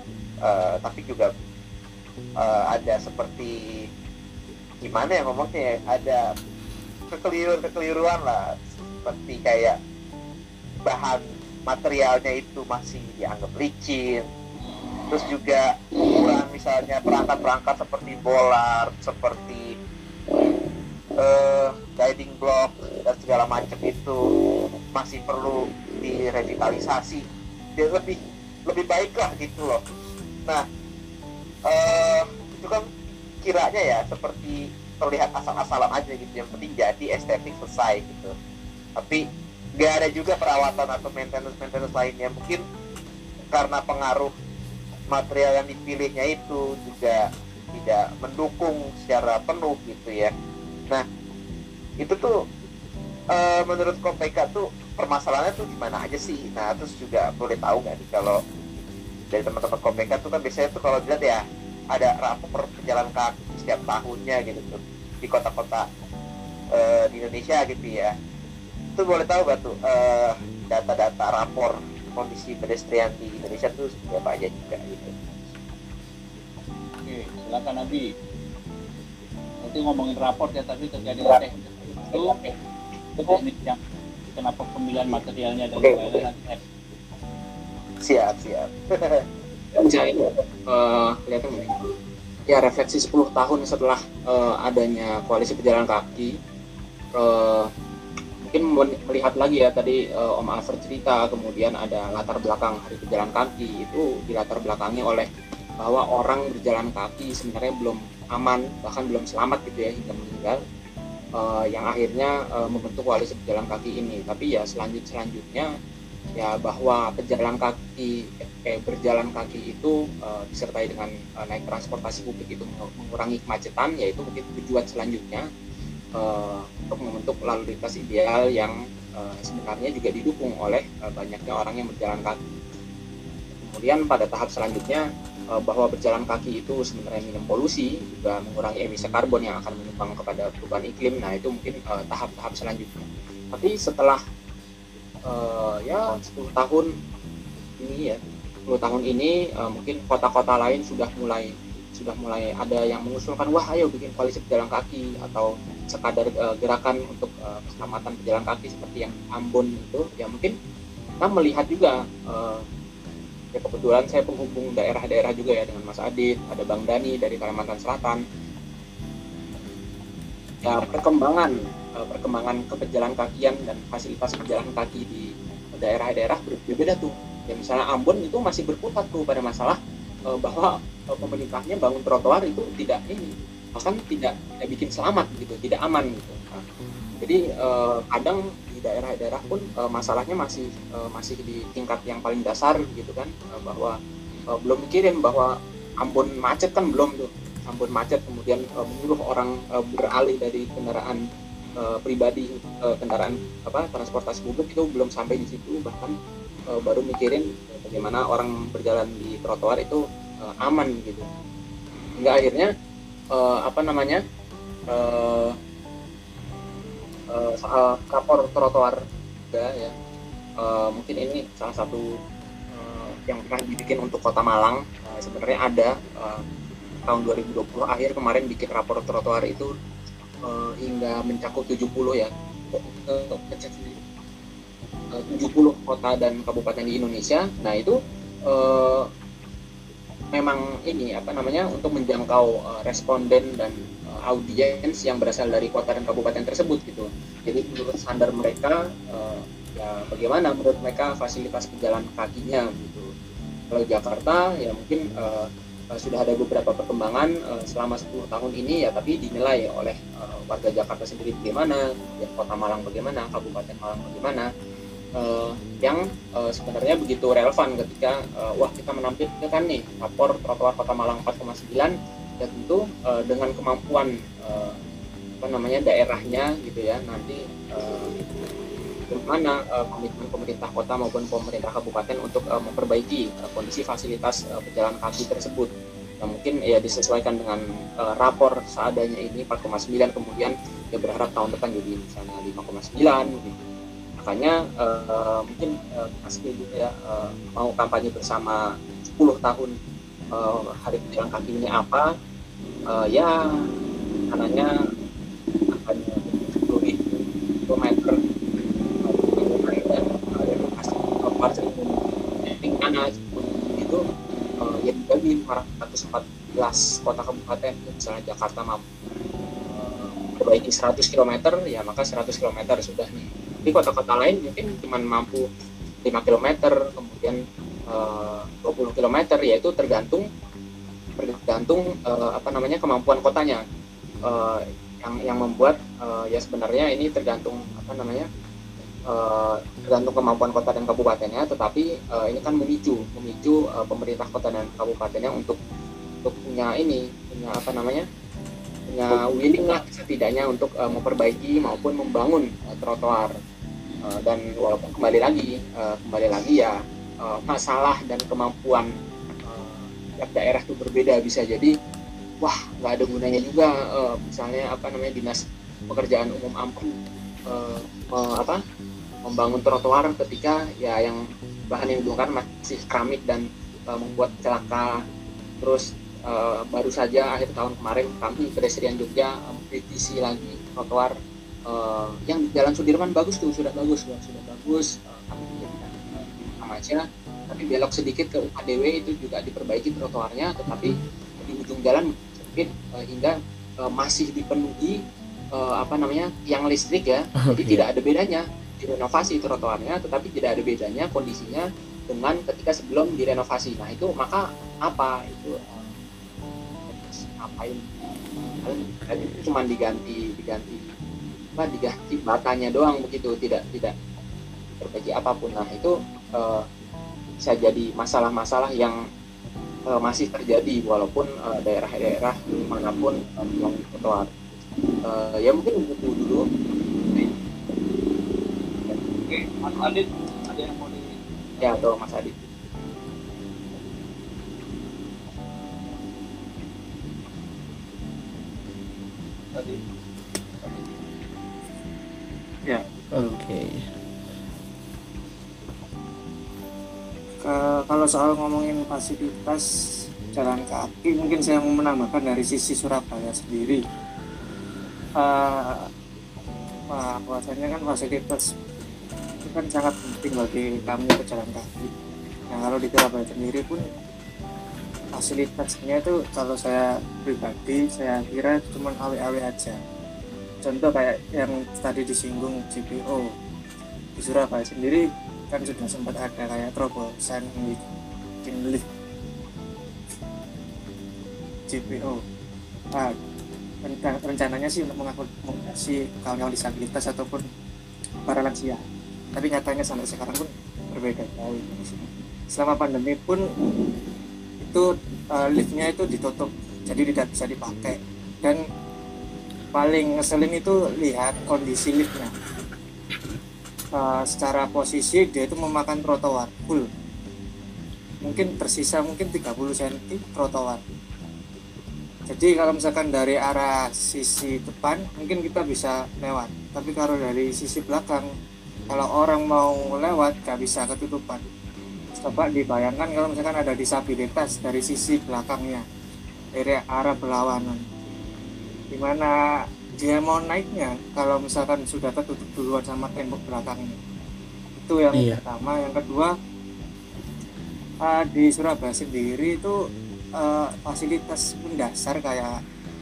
uh, tapi juga uh, ada seperti gimana ya ngomongnya ya, ada kekeliruan-kekeliruan lah, seperti kayak bahan materialnya itu masih dianggap licin, terus juga ukuran misalnya perangkat-perangkat seperti bolar, seperti uh, guiding block dan segala macam itu masih perlu direvitalisasi dia lebih lebih baik lah gitu loh. Nah uh, itu kan kiranya ya seperti terlihat asal-asalan aja gitu, yang penting jadi estetik selesai gitu, tapi nggak ada juga perawatan atau maintenance maintenance lainnya. Mungkin karena pengaruh material yang dipilihnya itu juga tidak mendukung secara penuh gitu ya. Nah itu tuh e, menurut Kopeka tuh permasalahannya tuh gimana aja sih? Nah terus juga boleh tahu nggak nih kalau dari teman-teman Kopeka tuh kan biasanya tuh kalau dilihat ya ada rapor pejalan kaki setiap tahunnya gitu tuh di kota-kota e, di Indonesia gitu ya. Itu boleh tahu nggak tuh e, data-data rapor kondisi pedestrian di Indonesia tuh seperti apa aja juga gitu? Oke, silakan Abi. Nanti ngomongin raport ya, tapi terkait dengan teknis itu itu teknis yang kenapa pemilihan materialnya dan lain-lain nanti. Siap siap. Bisa ini uh, kelihatan nggak nih? Ya refleksi sepuluh tahun setelah uh, adanya koalisi pejalan kaki, uh, mungkin melihat lagi ya tadi uh, Om Alfred cerita, kemudian ada latar belakang Hari Pejalan Kaki, itu dilatar belakangi oleh bahwa orang berjalan kaki sebenarnya belum aman, bahkan belum selamat gitu ya hingga meninggal, uh, yang akhirnya uh, membentuk koalisi pejalan kaki ini. Tapi ya selanjut selanjutnya ya bahwa pejalan kaki eh, berjalan kaki itu uh, disertai dengan uh, naik transportasi publik itu mengurangi kemacetan, yaitu mungkin tujuan selanjutnya uh, untuk membentuk lalu lintas ideal yang uh, sebenarnya juga didukung oleh uh, banyaknya orang yang berjalan kaki. Kemudian pada tahap selanjutnya uh, bahwa berjalan kaki itu sebenarnya minim polusi, juga mengurangi emisi karbon yang akan menyumbang kepada perubahan iklim. Nah itu mungkin uh, tahap-tahap selanjutnya. Tapi setelah Uh, ya sepuluh tahun ini ya sepuluh tahun ini uh, mungkin kota-kota lain sudah mulai sudah mulai ada yang mengusulkan, wah ayo bikin koalisi pejalan kaki, atau sekadar uh, gerakan untuk uh, keselamatan pejalan kaki seperti yang Ambon itu. Ya mungkin kita melihat juga uh, ya kebetulan saya penghubung daerah-daerah juga ya dengan Mas Adit, ada Bang Dani dari Kalimantan Selatan. Ya perkembangan perkembangan kepejalan kakian dan fasilitas pejalan kaki di daerah-daerah berbeda tuh. Ya misalnya Ambon itu masih berkutat tuh pada masalah uh, bahwa uh, pemerintahnya bangun trotoar itu tidak ini, bahkan tidak tidak bikin selamat gitu, tidak aman gitu. Nah, jadi uh, kadang di daerah-daerah pun uh, masalahnya masih uh, masih di tingkat yang paling dasar gitu kan, uh, bahwa uh, belum mikirin bahwa Ambon macet kan belum tuh. Ambon macet kemudian uh, menyuruh orang uh, beralih dari kendaraan Uh, pribadi, uh, kendaraan apa transportasi publik itu belum sampai di situ, bahkan uh, baru mikirin uh, bagaimana orang berjalan di trotoar itu uh, aman gitu. Hingga akhirnya uh, apa namanya uh, uh, soal rapor trotoar juga ya, uh, mungkin ini salah satu uh, yang pernah dibikin untuk Kota Malang. Uh, sebenarnya ada uh, tahun dua ribu dua puluh akhir kemarin bikin rapor trotoar itu Uh, hingga mencakup tujuh puluh ya uh, uh, tujuh puluh kota dan kabupaten di Indonesia. Nah itu uh, memang ini apa namanya untuk menjangkau uh, responden dan uh, audiens yang berasal dari kota dan kabupaten tersebut gitu. Jadi menurut standar mereka uh, ya bagaimana menurut mereka fasilitas pejalan kakinya gitu. Kalau Jakarta ya mungkin uh, Uh, sudah ada beberapa perkembangan uh, selama sepuluh tahun ini ya, tapi dinilai oleh uh, warga Jakarta sendiri bagaimana, ya, Kota Malang bagaimana, Kabupaten Malang bagaimana, uh, yang uh, sebenarnya begitu relevan ketika uh, wah kita menampilkan nih rapor trotoar Kota Malang empat koma sembilan, ya tentu uh, dengan kemampuan uh, apa namanya daerahnya gitu ya, nanti uh, bagaimana uh, komitmen pemerintah kota maupun pemerintah kabupaten untuk uh, memperbaiki uh, kondisi fasilitas uh, pejalan kaki tersebut. Nah, mungkin ya disesuaikan dengan uh, rapor seadanya ini empat koma sembilan, kemudian ya berharap tahun depan jadi misalnya lima koma sembilan gitu. Makanya uh, mungkin uh, Mas juga ya uh, mau kampanye bersama sepuluh tahun uh, hari pejalan kaki ini apa, uh, ya kanannya akan sepuluh kilometer dan ada lokasi trotoar samping kanan itu uh, yang dibagi lima ratus empat belas kota kabupaten. Misalnya Jakarta mampu perbaiki seratus kilometer, ya maka seratus kilometer sudah nih. Di kota-kota lain mungkin cuma mampu lima kilometer, kemudian uh, dua puluh kilometer, yaitu tergantung tergantung uh, apa namanya kemampuan kotanya. Uh, yang yang membuat uh, ya sebenarnya ini tergantung apa namanya uh, tergantung kemampuan kota dan kabupatennya, tetapi uh, ini kan memicu memicu uh, pemerintah kota dan kabupatennya untuk untuk punya ini punya apa namanya punya willing lah setidaknya untuk uh, memperbaiki maupun membangun uh, trotoar. Uh, dan walaupun kembali lagi uh, kembali lagi ya uh, masalah dan kemampuan uh, tiap daerah itu berbeda, bisa jadi wah nggak ada gunanya juga uh, misalnya apa namanya dinas pekerjaan umum Ampun uh, uh, apa membangun trotoar ketika ya yang bahan yang digunakan masih keramik dan uh, membuat celaka. Terus uh, baru saja akhir tahun kemarin kami Presiden Jogja mengkritisi um, lagi trotoar uh, yang di Jalan Sudirman bagus tuh, sudah bagus sudah, sudah bagus uh, kami menjadikan sama aja, tapi belok sedikit ke U K D W itu juga diperbaiki trotoarnya, tetapi di ujung jalan sedikit uh, hingga uh, masih dipenuhi uh, apa namanya tiang listrik ya. Jadi Okay. tidak ada bedanya direnovasi trotoarnya, tetapi tidak ada bedanya kondisinya dengan ketika sebelum direnovasi. Nah itu maka apa itu uh, ngapain? Kan itu cuma diganti diganti apa diganti batanya doang begitu, tidak tidak perbaiki apapun. Nah itu uh, bisa jadi masalah-masalah yang uh, masih terjadi walaupun uh, daerah-daerah manapun uh, membangun trotoar. Uh, ya mungkin itu dulu. Oke, Mas Adit, ada yang mau di Ya atau Mas Adit. tadi? Ya, Oke. ke- kalau soal ngomongin fasilitas jalan kaki, mungkin saya mau menambahkan dari sisi Surabaya sendiri. Eh, Wah, bahwasanya kan fasilitas itu kan sangat penting bagi kami pejalan kaki. Nah, kalau di Surabaya sendiri pun fasilitasnya itu kalau saya pribadi saya kira cuma awe-awe aja. Contoh kayak yang tadi disinggung J P O di Surabaya sendiri kan sudah sempat ada kayak terobosan bikin lift J P O. Nah, rencan- rencananya sih untuk mengakomodasi kawan-kawan disabilitas ataupun para lansia. Tapi nyatanya sampai sekarang pun berbeda jauh. Selama pandemi pun itu uh, liftnya itu ditutup, jadi tidak bisa dipakai. Dan paling ngeselin itu lihat kondisi liftnya. Uh, secara posisi dia itu memakan trotoar full. Mungkin tersisa mungkin tiga puluh sentimeter trotoar. Jadi kalau misalkan dari arah sisi depan mungkin kita bisa lewat, tapi kalau dari sisi belakang kalau orang mau lewat gak bisa, ketutupan. Coba dibayangkan kalau misalkan ada disabilitas dari sisi belakangnya dari arah berlawanan, dimana dia mau naiknya kalau misalkan sudah tertutup duluan sama tembok belakangnya. Itu yang Iya. pertama. Yang kedua, uh, di Surabaya sendiri itu uh, fasilitas mendasar kayak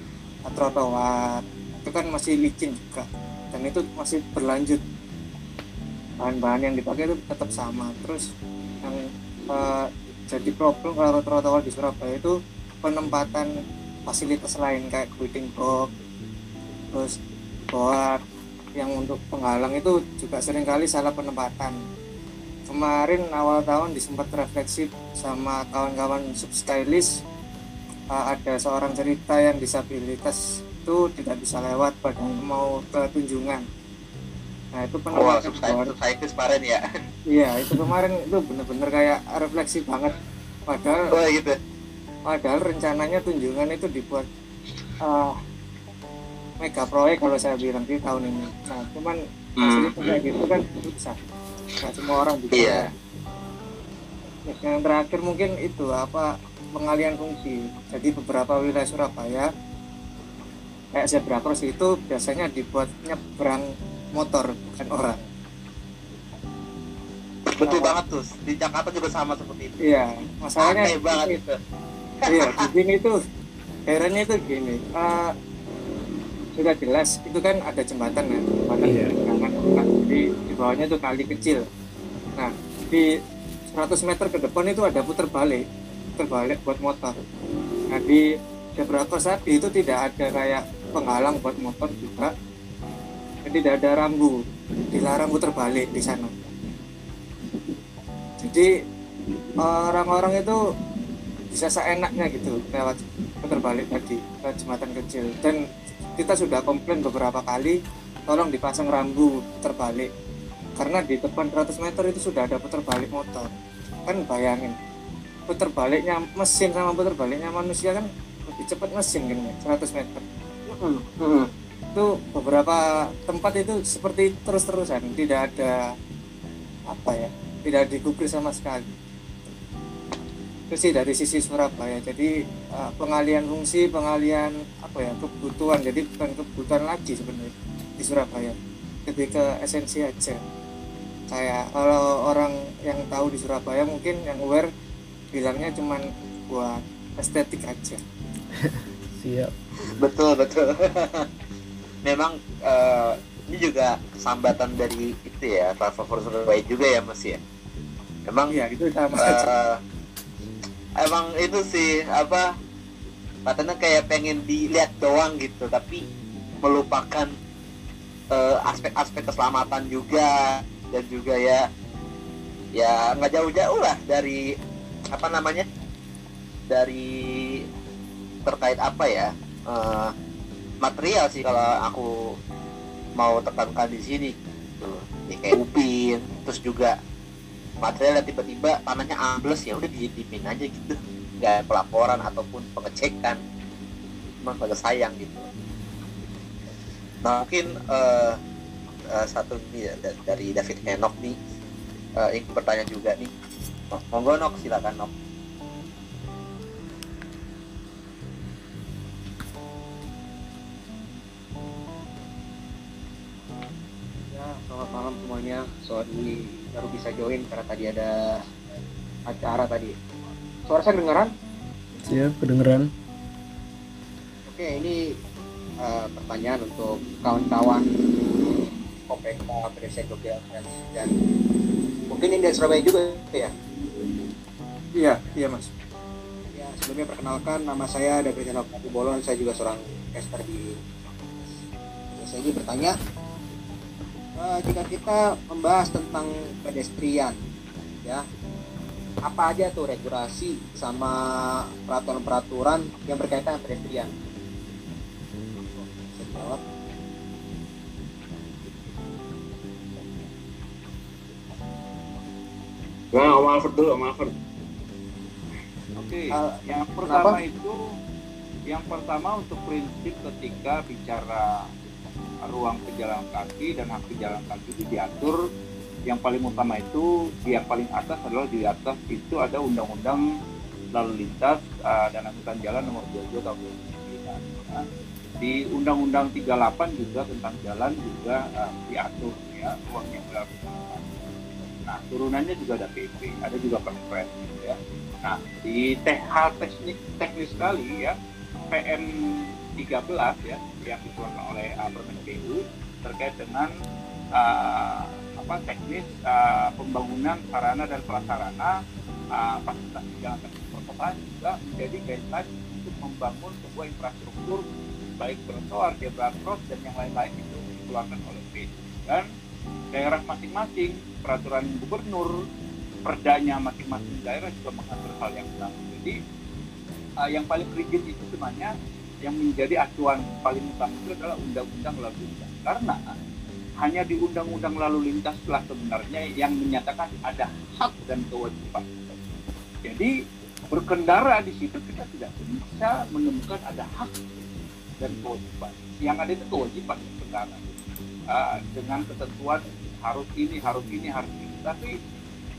trotoar itu kan masih licin juga, dan itu masih berlanjut, bahan-bahan yang dipakai itu tetap sama. Terus yang uh, jadi problem kalau trotoar di Surabaya itu penempatan fasilitas lain kayak greeting box, terus board yang untuk penghalang itu juga seringkali salah penempatan. Kemarin awal tahun disempat refleksi sama kawan-kawan substylist, uh, ada seorang cerita yang disabilitas itu tidak bisa lewat padahal mau ke Tunjungan. Nah itu Oh, penempatan board. subscribers kemarin ya. Iya itu kemarin itu bener-bener kayak refleksi banget. Padahal Oh gitu. padahal rencananya Tunjungan itu dibuat uh, mega proyek kalau saya bilang di tahun ini. Nah cuman fasilitas kayak gitu kan susah, nggak semua orang bisa. Iya. Yang terakhir mungkin itu apa pengalian fungsi. Jadi beberapa wilayah Surabaya kayak zebra cross itu biasanya dibuat nyebrang motor bukan orang. Betul Nah, banget tuh. Di Jakarta juga sama seperti itu. iya, masalahnya Aneh banget itu. iya di sini tuh herannya itu gini, uh, sudah jelas itu kan ada jembatan ya, jembatan Iya. penyeberangan. Nah, di di bawahnya tuh kali kecil. Nah, di seratus meter ke depan itu ada puter balik, puter balik buat motor. Nah, di zebra cross tadi itu tidak ada kayak penghalang buat motor juga, dan tidak ada rambu, dilarang puter balik di sana. Jadi orang-orang itu bisa seenaknya gitu lewat puter balik tadi ke jembatan kecil, dan kita sudah komplain beberapa kali tolong dipasang rambu puter balik karena di depan seratus meter itu sudah ada puter balik motor. Kan bayangin puter baliknya mesin sama puter baliknya manusia kan lebih cepat mesin kan ya, seratus meter. Itu beberapa tempat itu seperti terus-terusan, tidak ada apa ya, tidak digubris sama sekali. Itu sih dari sisi Surabaya. Jadi uh, pengalian fungsi, pengalian apa ya, kebutuhan. Jadi bukan kebutuhan lagi sebenarnya di Surabaya, lebih ke esensi aja. Kayak kalau orang yang tahu di Surabaya mungkin yang aware bilangnya cuman buat estetik aja. Siap. Betul betul. Memang eh, ini juga sambatan dari itu ya, Travel for Surabaya juga ya Mas ya. Emang Iya, itu sama aja. eh, emang itu sih apa, katanya kayak pengen dilihat doang gitu, tapi melupakan eh, aspek-aspek keselamatan juga, dan juga ya ya nggak jauh-jauh lah dari apa namanya, dari terkait apa ya, eh, material sih kalau aku mau tekankan di sini tuh, ya kayak upin, terus juga material yang tiba-tiba tanahnya ambles, ya udah didiemin aja gitu, nggak pelaporan ataupun pengecekan, emang agak sayang gitu. Nah mungkin uh, uh, satu ini ya, da- dari David Enoch nih, uh, ingin bertanya juga nih. Mo- monggo Nok, silakan Nok. Ya, selamat malam semuanya. Soal ini baru bisa join karena tadi ada acara tadi. Suara saya kedengaran? Siap, kedengeran. Oke, ini eh, pertanyaan untuk kawan-kawan O P K, Presiden Jogja Friends, dan mungkin ini dari Surabaya juga ya. Iya, iya Mas. Ya, sebelumnya perkenalkan, nama saya David Enoch Bolon. Saya juga seorang caster di. Ya, saya ini bertanya, eh, jika kita membahas tentang pedestrian, ya, apa aja tuh regulasi sama peraturan-peraturan yang berkaitan dengan pedestrian? Bisa dijawab? Nah, Om Alfred dulu, Om Alfred. Oke, Ah, yang pertama kenapa? itu, yang pertama untuk prinsip ketika bicara ruang pejalan kaki dan hak pejalan kaki itu diatur, yang paling utama itu, yang paling atas adalah di atas itu ada Undang-Undang Lalu Lintas uh, dan Angkutan Jalan Nomor dua puluh dua Tahun dua ribu sembilan. Ya. Di Undang-Undang tiga puluh delapan juga tentang jalan juga uh, diatur ya ruang yang berlaku. Nah, turunannya juga ada P P, ada juga Perpres gitu ya. Nah, di teh hal teknis teknis sekali ya, P M tiga belas ya yang dikeluarkan oleh uh, Permen P U terkait dengan uh, apa teknis uh, pembangunan sarana dan prasarana uh, fasilitas jalan kaki perkotaan juga menjadi guideline untuk membangun sebuah infrastruktur baik trotoar, zebra cross dan yang lain-lain itu dikeluarkan oleh P U, dan daerah masing-masing peraturan gubernur, perdanya masing-masing daerah juga mengatur hal yang sama. Jadi uh, yang paling rigid itu sebenarnya yang menjadi acuan paling utama itu adalah undang-undang lalu lintas, karena hanya di undang-undang lalu lintas lah sebenarnya yang menyatakan ada hak dan kewajiban. Jadi berkendara di situ kita tidak bisa menemukan ada hak dan kewajiban. Yang ada itu kewajiban berkendara uh, dengan ketentuan harus ini, harus ini, harus ini. Tapi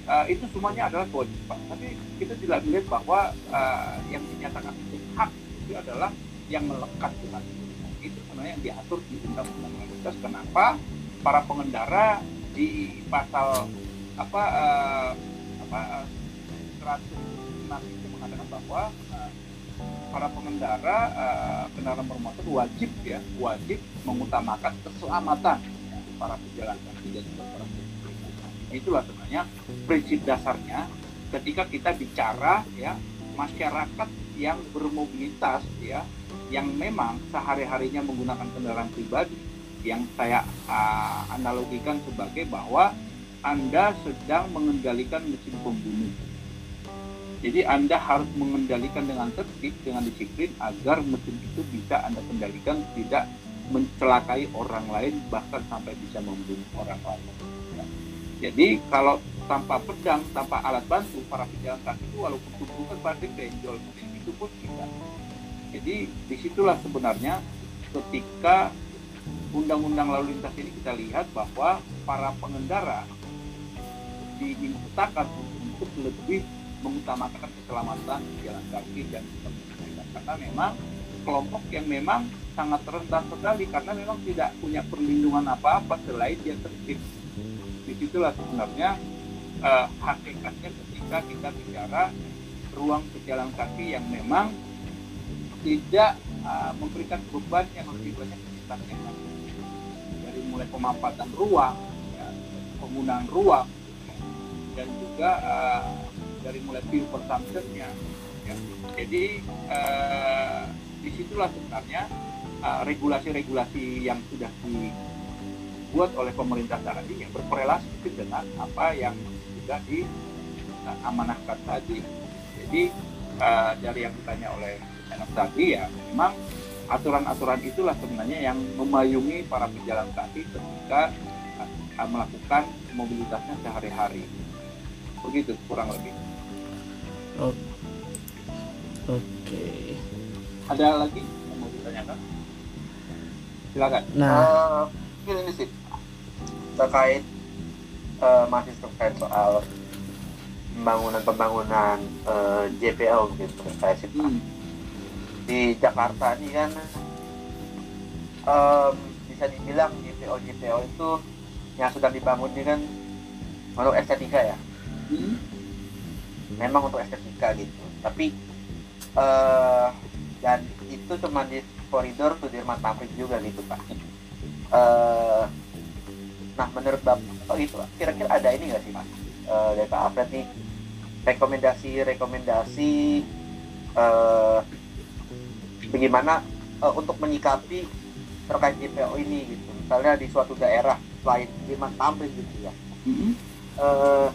uh, itu semuanya adalah kewajiban. Tapi kita tidak melihat bahwa uh, yang dinyatakan itu hak itu adalah yang melekat dengan itu. Itu sebenarnya yang diatur di Undang-Undang Lalu Lintas. Kenapa para pengendara di pasal apa uh, apa uh, seratus enam itu mengatakan bahwa uh, para pengendara uh, kendaraan bermotor wajib ya wajib mengutamakan keselamatan ya, para pejalan kaki dan juga para pengendara. Itulah sebenarnya prinsip dasarnya ketika kita bicara ya masyarakat yang bermobilitas ya yang memang sehari-harinya menggunakan kendaraan pribadi yang saya uh, analogikan sebagai bahwa Anda sedang mengendalikan mesin pembunuh. Jadi Anda harus mengendalikan dengan tertib, dengan disiplin agar mesin itu bisa Anda kendalikan tidak mencelakai orang lain bahkan sampai bisa membunuh orang lain. Ya. Jadi kalau tanpa pedang, tanpa alat bantu, para pejalan kaki itu walaupun tubuhnya pasti benjol, itu pun tidak. Jadi disitulah sebenarnya ketika Undang-Undang Lalu Lintas ini kita lihat bahwa para pengendara dimintakan untuk lebih mengutamakan keselamatan jalan kaki dan keselamatan karena memang kelompok yang memang sangat rentan sekali karena memang tidak punya perlindungan apa-apa selain dia tertib. Disitulah sebenarnya eh, hakikatnya ketika kita bicara ruang pejalan kaki yang memang tidak uh, memberikan beban yang lebih banyak kecintaannya dari mulai pemampatan ruang, ya, penggunaan ruang, ya, dan juga uh, dari mulai fuel consumption-nya. Ya. Jadi uh, disitulah sebenarnya uh, regulasi-regulasi yang sudah dibuat oleh pemerintah saat ini yang berkorelasi dengan apa yang sudah diamanahkan uh, tadi. Jadi uh, dari yang ditanya oleh tadi ya memang aturan-aturan itulah sebenarnya yang memayungi para pejalan kaki ketika uh, melakukan mobilitasnya sehari-hari. Begitu kurang lebih. Oke. Oke. Ada lagi yang mau ditanyakan? Silakan. Nah, Uh, mungkin ini sih terkait uh, masih terkait soal pembangunan-pembangunan uh, J P O gitu saya sih. Hmm. Di Jakarta ini kan um, bisa dibilang J P O J P O itu yang sudah dibangun ini kan untuk estetika ya, Hmm. memang untuk estetika gitu. Tapi uh, dan itu cuma di koridor Sudirman Tamrin juga gitu Pak. Uh, nah menurut Bapak oh itu kira-kira ada ini nggak sih Mas uh, dari Pak Alfred nih rekomendasi-rekomendasi uh, bagaimana uh, untuk menyikapi terkait J P O ini gitu, misalnya di suatu daerah selain Sudirman Tamrin gitu ya. Hmm. Uh,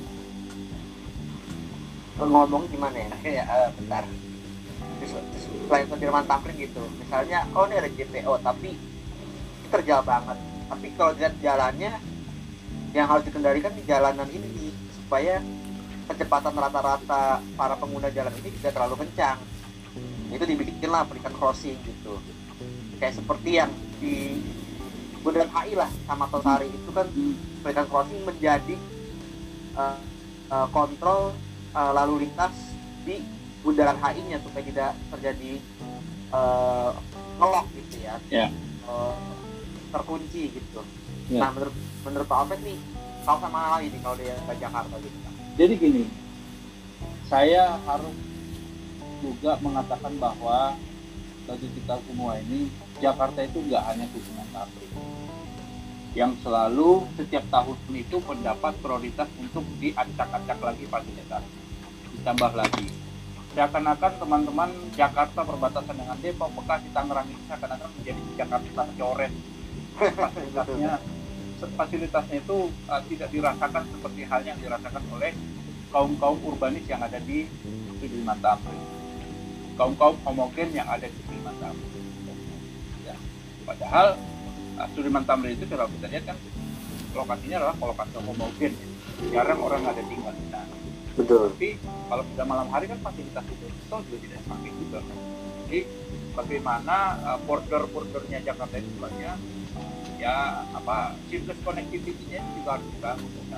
ngomong gimana ya? Kayak uh, bentar. Selain Sudirman Tamrin gitu, misalnya oh ini ada J P O tapi terjal banget. Tapi kalau dilihat jalannya yang harus dikendalikan di jalanan ini nih, supaya kecepatan rata-rata para pengguna jalan ini tidak terlalu kencang. Itu dibikinlah pelikan crossing gitu, kayak seperti yang di Bundaran H I lah sama Tosari itu kan pelikan crossing menjadi uh, uh, kontrol uh, lalu lintas di Bundaran H I-nya supaya tidak terjadi uh, ngelok gitu ya, Ya. uh, terkunci gitu. Ya. Nah menurut menurut Pak Alfred nih kalau sama lagi nih kalau di Jakarta gitu kan. Jadi gini, saya harus juga mengatakan bahwa bagi kita semua ini Jakarta itu nggak hanya Sudirman Tamrin yang selalu setiap tahun itu mendapat prioritas untuk diacak-acak lagi fasilitas, ditambah lagi. Seakan-akan teman-teman Jakarta berbatasan dengan Depok, Bekasi, Tangerang ini seakan-akan menjadi Jakarta coret. Fasilitasnya, fasilitasnya itu uh, tidak dirasakan seperti halnya yang dirasakan oleh kaum-kaum urbanis yang ada di Sudirman Tamrin, kaum-kaum homogen yang ada di Sudirman Tamrin. Ya. Padahal uh, Sudirman Tamrin itu kalau kita lihat kan lokasinya adalah lokasi homogen, jarang orang ada tinggal di sana. Betul. Tapi kalau sudah malam hari kan fasilitas itu itu juga tidak semakin juga. Jadi bagaimana uh, border-bordernya Jakarta itu sebenarnya ya apa sirkus connectivity-nya juga harus dibangun. Nah,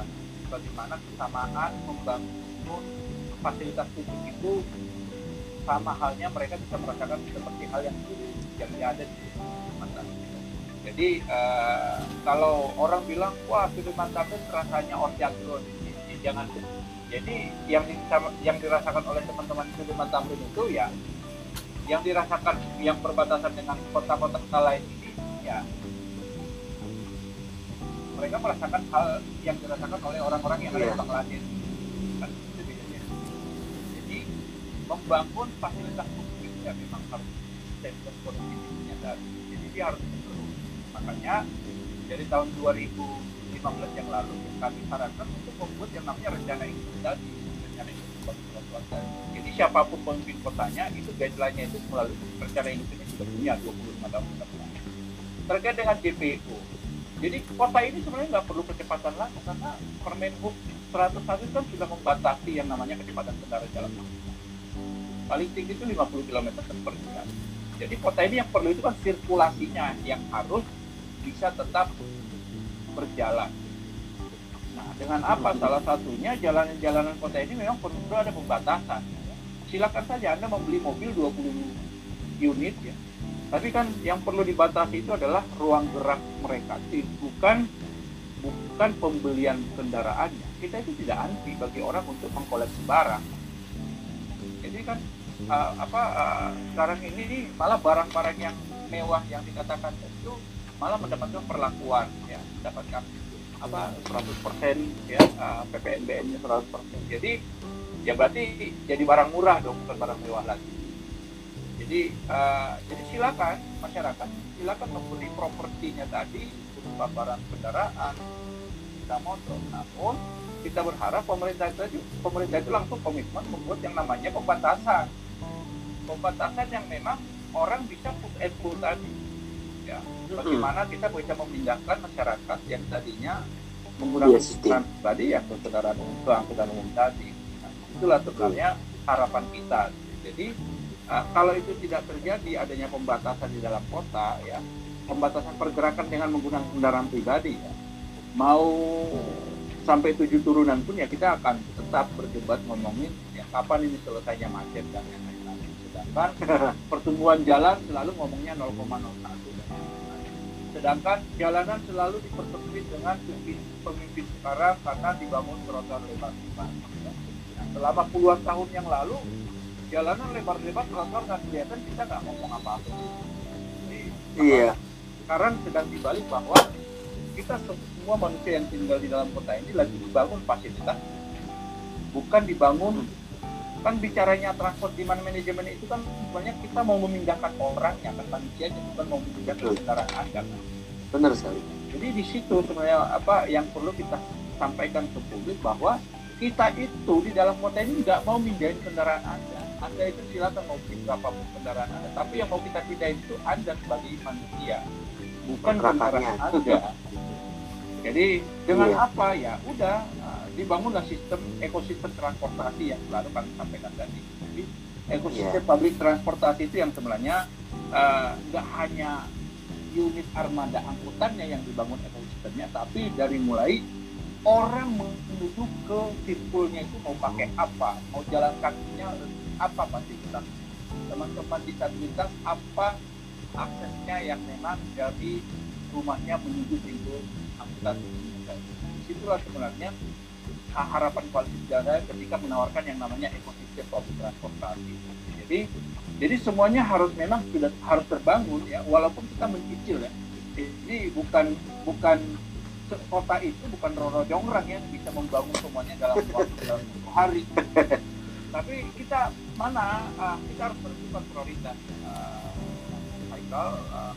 bagaimana kesamaan membangun fasilitas publik itu sama halnya mereka bisa merasakan seperti hal yang dulu yang ada di Kalimantan. Jadi uh, kalau orang bilang wah Kalimantan rasanya orjagron, jangan. Jadi yang yang dirasakan oleh teman-teman Kalimantan itu ya yang dirasakan yang berbatasan dengan kota-kota lain ini ya mereka merasakan hal yang dirasakan oleh orang-orang yang ada di Bangladesh. Kan itu bedanya. Jadi membangun fasilitas publik ya memang harus dan produktivitasnya dari. Jadi dia harus terus. Makanya dari tahun dua ribu lima belas yang lalu kami sarankan untuk membuat yang namanya rencana industri tadi, rencana industri bagi swasta. Jadi siapapun pemimpin kotanya itu guideline-nya itu melalui rencana industri sudah punya dua puluh lima tahun ke depan. Terkait dengan J P O. Jadi kota ini sebenarnya nggak perlu kecepatan lagi karena Permen Hub seratus satu kan sudah membatasi yang namanya kecepatan kendaraan jalan tol. Paling tinggi itu lima puluh kilometer per jam. Jadi kota ini yang perlu itu kan sirkulasinya yang harus bisa tetap berjalan. Nah, dengan apa? Salah satunya jalanan-jalanan kota ini memang perlu ada pembatasan. Silakan saja Anda membeli mobil dua puluh unit ya. Tapi kan yang perlu dibatasi itu adalah ruang gerak mereka, bukan bukan pembelian kendaraannya. Kita itu tidak anti bagi orang untuk mengkoleksi barang. Jadi kan uh, apa uh, sekarang ini malah barang-barang yang mewah yang dikatakan itu malah mendapatkan perlakuan ya, mendapatkan apa seratus persen ya uh, P P N B N-nya seratus persen. Jadi ya berarti jadi barang murah dong, bukan barang mewah lagi. Jadi uh, jadi silakan masyarakat silakan membeli propertinya tadi berupa barang kendaraan, sepeda motor. Namun kita berharap pemerintah itu pemerintah itu langsung komitmen membuat yang namanya pembatasan, pembatasan yang memang orang bisa push and pull tadi. Ya, bagaimana kita bisa memindahkan masyarakat yang tadinya menggunakan kendaraan pribadi ya ke kendaraan umum, ke angkutan umum tadi. Nah, itulah sebenarnya harapan kita. Jadi uh, kalau itu tidak terjadi adanya pembatasan di dalam kota ya, pembatasan pergerakan dengan menggunakan kendaraan pribadi ya, mau sampai tujuh turunan pun ya kita akan tetap berdebat ngomongin ya kapan ini selesainya macet dan yang lain-lain. Sedangkan pertumbuhan jalan selalu ngomongnya nol koma nol satu. Sedangkan jalanan selalu dipersempit dengan pemimpin sekarang karena dibangun trotoar lebar-lebar. Nah, selama puluhan tahun yang lalu jalanan lebar-lebar, trotoar nggak kelihatan, kita nggak ngomong apa-apa. Jadi iya. Sekarang sedang dibalik bahwa kita semua manusia yang tinggal di dalam kota ini lagi dibangun fasilitas, bukan dibangun. Kan bicaranya transport demand management itu kan sebenarnya kita mau memindahkan orangnya, kan manusianya, bukan mau memindahkan kendaraan Anda. Benar sekali. Jadi di situ sebenarnya apa yang perlu kita sampaikan ke publik bahwa kita itu di dalam kota ini nggak mau mindahin kendaraan Anda. Anda itu silakan mau beli berapapun kendaraan Anda, tapi yang mau kita pindahin itu Anda sebagai manusia, bukan kendaraan Anda. Jadi dengan iya. apa ya udah uh, dibangunlah sistem ekosistem transportasi yang selalu kami sampaikan tadi. Jadi ekosistem yeah. public transportasi itu yang sebenarnya nggak uh, hanya unit armada angkutannya yang dibangun ekosistemnya, tapi dari mulai orang menuju ke simpulnya itu mau pakai apa, mau jalan kakinya apa fasilitas, teman-teman disabilitas apa aksesnya yang memang dari rumahnya menuju simpul angkutan. Disitulah sebenarnya harapan koalisi Jaya ketika menawarkan yang namanya ekosistem public transportasi. Jadi, jadi semuanya harus memang sudah harus terbangun ya, walaupun kita mencicil ya. Jadi bukan bukan kota itu bukan Roro Jongrang yang bisa membangun semuanya dalam waktu dalam satu hari. Tapi kita mana uh, kita harus menentukan prioritas. Uh, Michael, uh,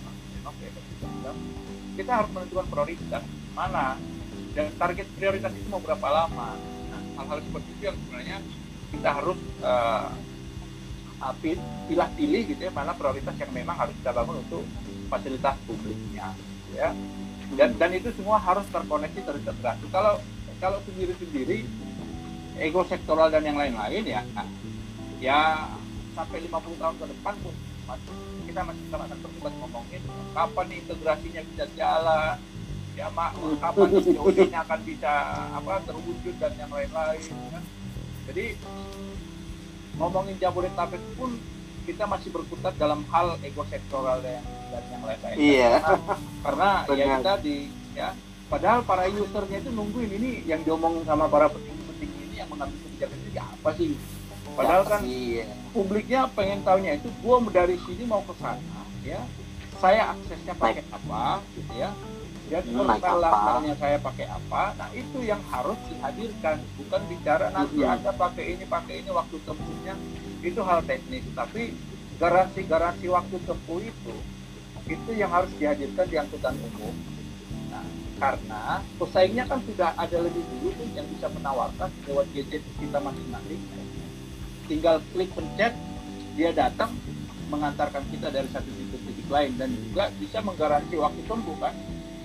kita harus menentukan prioritas mana dan target prioritas itu mau berapa lama. Nah, hal-hal seperti itu yang sebenarnya kita harus uh, pilih-pilih gitu ya, mana prioritas yang memang harus kita bangun untuk fasilitas publiknya ya. Dan dan itu semua harus terkoneksi terintegrasi. Kalau kalau sendiri-sendiri ego sektoral dan yang lain-lain ya nah, ya sampai lima puluh tahun ke depan pun kita masih akan terlibat ngomongin kapan integrasinya bisa jalan, ya mak kapan C O D-nya akan bisa apa terwujud dan yang lain-lain kan. Jadi ngomongin Jabodetabek pun kita masih berkutat dalam hal ego sektoral dan, dan yang lain-lain. Iya. Karena, karena ya Benar. kita di ya padahal para usernya itu nungguin ini yang diomongin sama para petinggi-petinggi ini yang mengambil kebijakan ini apa sih? Padahal kan Iya. publiknya pengen tahunya itu gua dari sini mau ke sana ya. Saya aksesnya pakai apa gitu ya. Dan Hmm, naik peralatannya saya pakai apa. Nah, itu yang harus dihadirkan, bukan bicara nanti Hmm. Anda pakai ini, pakai ini waktu tempuhnya. Itu hal teknis, tapi garansi-garansi waktu tempuh itu itu yang harus dihadirkan di angkutan umum. Nah, karena pesaingnya kan sudah ada lebih dulu tuh yang bisa menawarkan lewat gadget kita masing-masing. Tinggal klik pencet, dia datang mengantarkan kita dari satu titik ke titik lain dan juga bisa menggaransi waktu tempuh kan.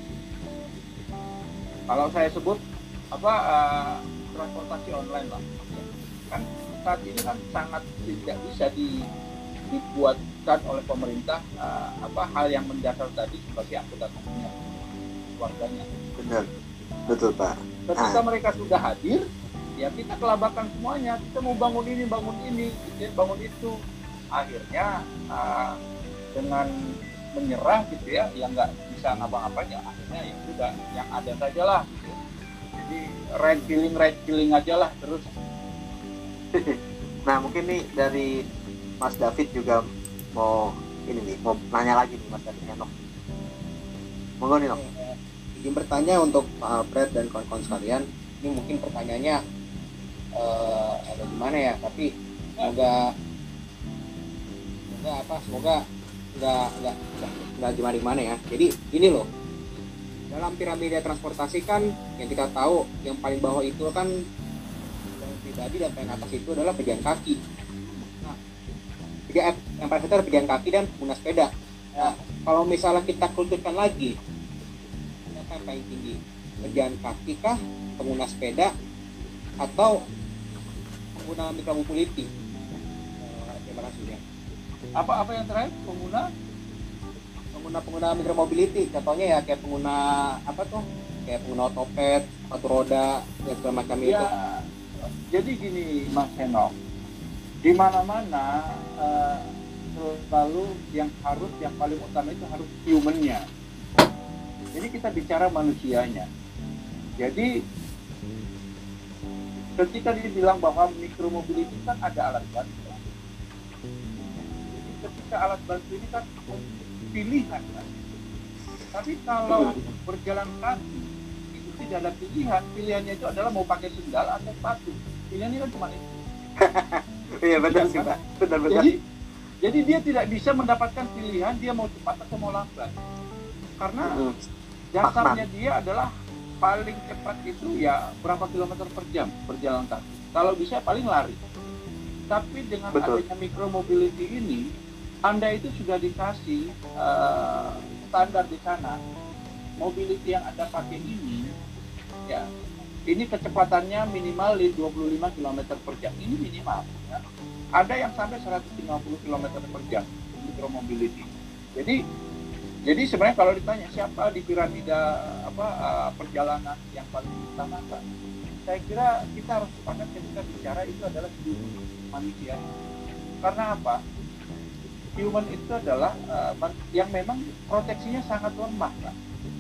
Kalau saya sebut apa uh, transportasi online lah, ya. Kan saat ini kan sangat tidak bisa di, dibuatkan oleh pemerintah uh, apa hal yang mendasar tadi sebagai angkutan umumnya warganya. Benar. Betul, Pak. Ketika Ah. mereka sudah hadir, ya kita kelabakan semuanya. Kita mau bangun ini, bangun ini, gitu ya, bangun itu. Akhirnya uh, dengan menyerah gitu ya, yang nggak bisa ngapa-ngapain ya akhirnya ya sudah yang ada saja lah. Gitu. Jadi red killing, red killing aja lah terus. Nah, mungkin nih dari Mas David juga mau ini nih, mau nanya lagi nih Mas David Nok. Monggo nih, Nok. Eh, izin bertanya untuk Pak Alfred dan kawan-kawan sekalian. Ini mungkin pertanyaannya eh, ada gimana ya, tapi semoga semoga apa semoga nggak nggak nggak nggak gimana gimana ya. Jadi ini loh, dalam piramida transportasi kan yang kita tahu yang paling bawah itu kan yang pribadi dan paling atas itu adalah pejalan kaki. Nah, tiga F yang paling atas adalah pejalan kaki dan pengguna sepeda. Nah, kalau misalnya kita kulturkan lagi, siapa yang paling tinggi? Pejalan kaki kah, pengguna sepeda, atau pengguna micromobility? Eh, terima kasih ya. Apa apa yang terakhir pengguna Pengguna pengguna micromobility, contohnya ya kayak pengguna apa tuh? Kayak pengguna otopet, sepatu roda, dan segala macam itu. ya jadi gini Mas Henok, di mana-mana uh, selalu yang harus yang paling utama itu harus human-nya. Jadi kita bicara manusianya. Jadi ketika dibilang bahwa micromobility kan ada alat bantu. Jadi ketika alat bantu ini kan pilihan kan. Tapi kalau berjalan kaki itu tidak ada pilihan. Pilihannya itu adalah mau pakai sendal atau sepatu. Pilihannya kan cuma itu. Iya, benar sih, Pak. Benar, benar. Jadi, jadi dia tidak bisa mendapatkan pilihan dia mau cepat atau mau lambat. Karena Hmm. dasarnya dia adalah paling cepat itu ya berapa kilometer per jam berjalan kaki. Kalau bisa paling lari. Tapi dengan Betul. adanya micromobility ini, Anda itu sudah dikasih uh, standar di sana. Mobility yang Anda pakai ini, ya, ini kecepatannya minimal di dua puluh lima kilometer per jam. Ini minimal. Ya. Ada yang sampai seratus lima puluh kilometer per jam micromobility. Jadi Jadi sebenarnya kalau ditanya siapa di piramida apa uh, perjalanan yang paling diutamakan, saya kira kita harus sepakat ketika bicara itu adalah human manusia. Karena apa? Human itu adalah uh, yang memang proteksinya sangat lemah, Pak.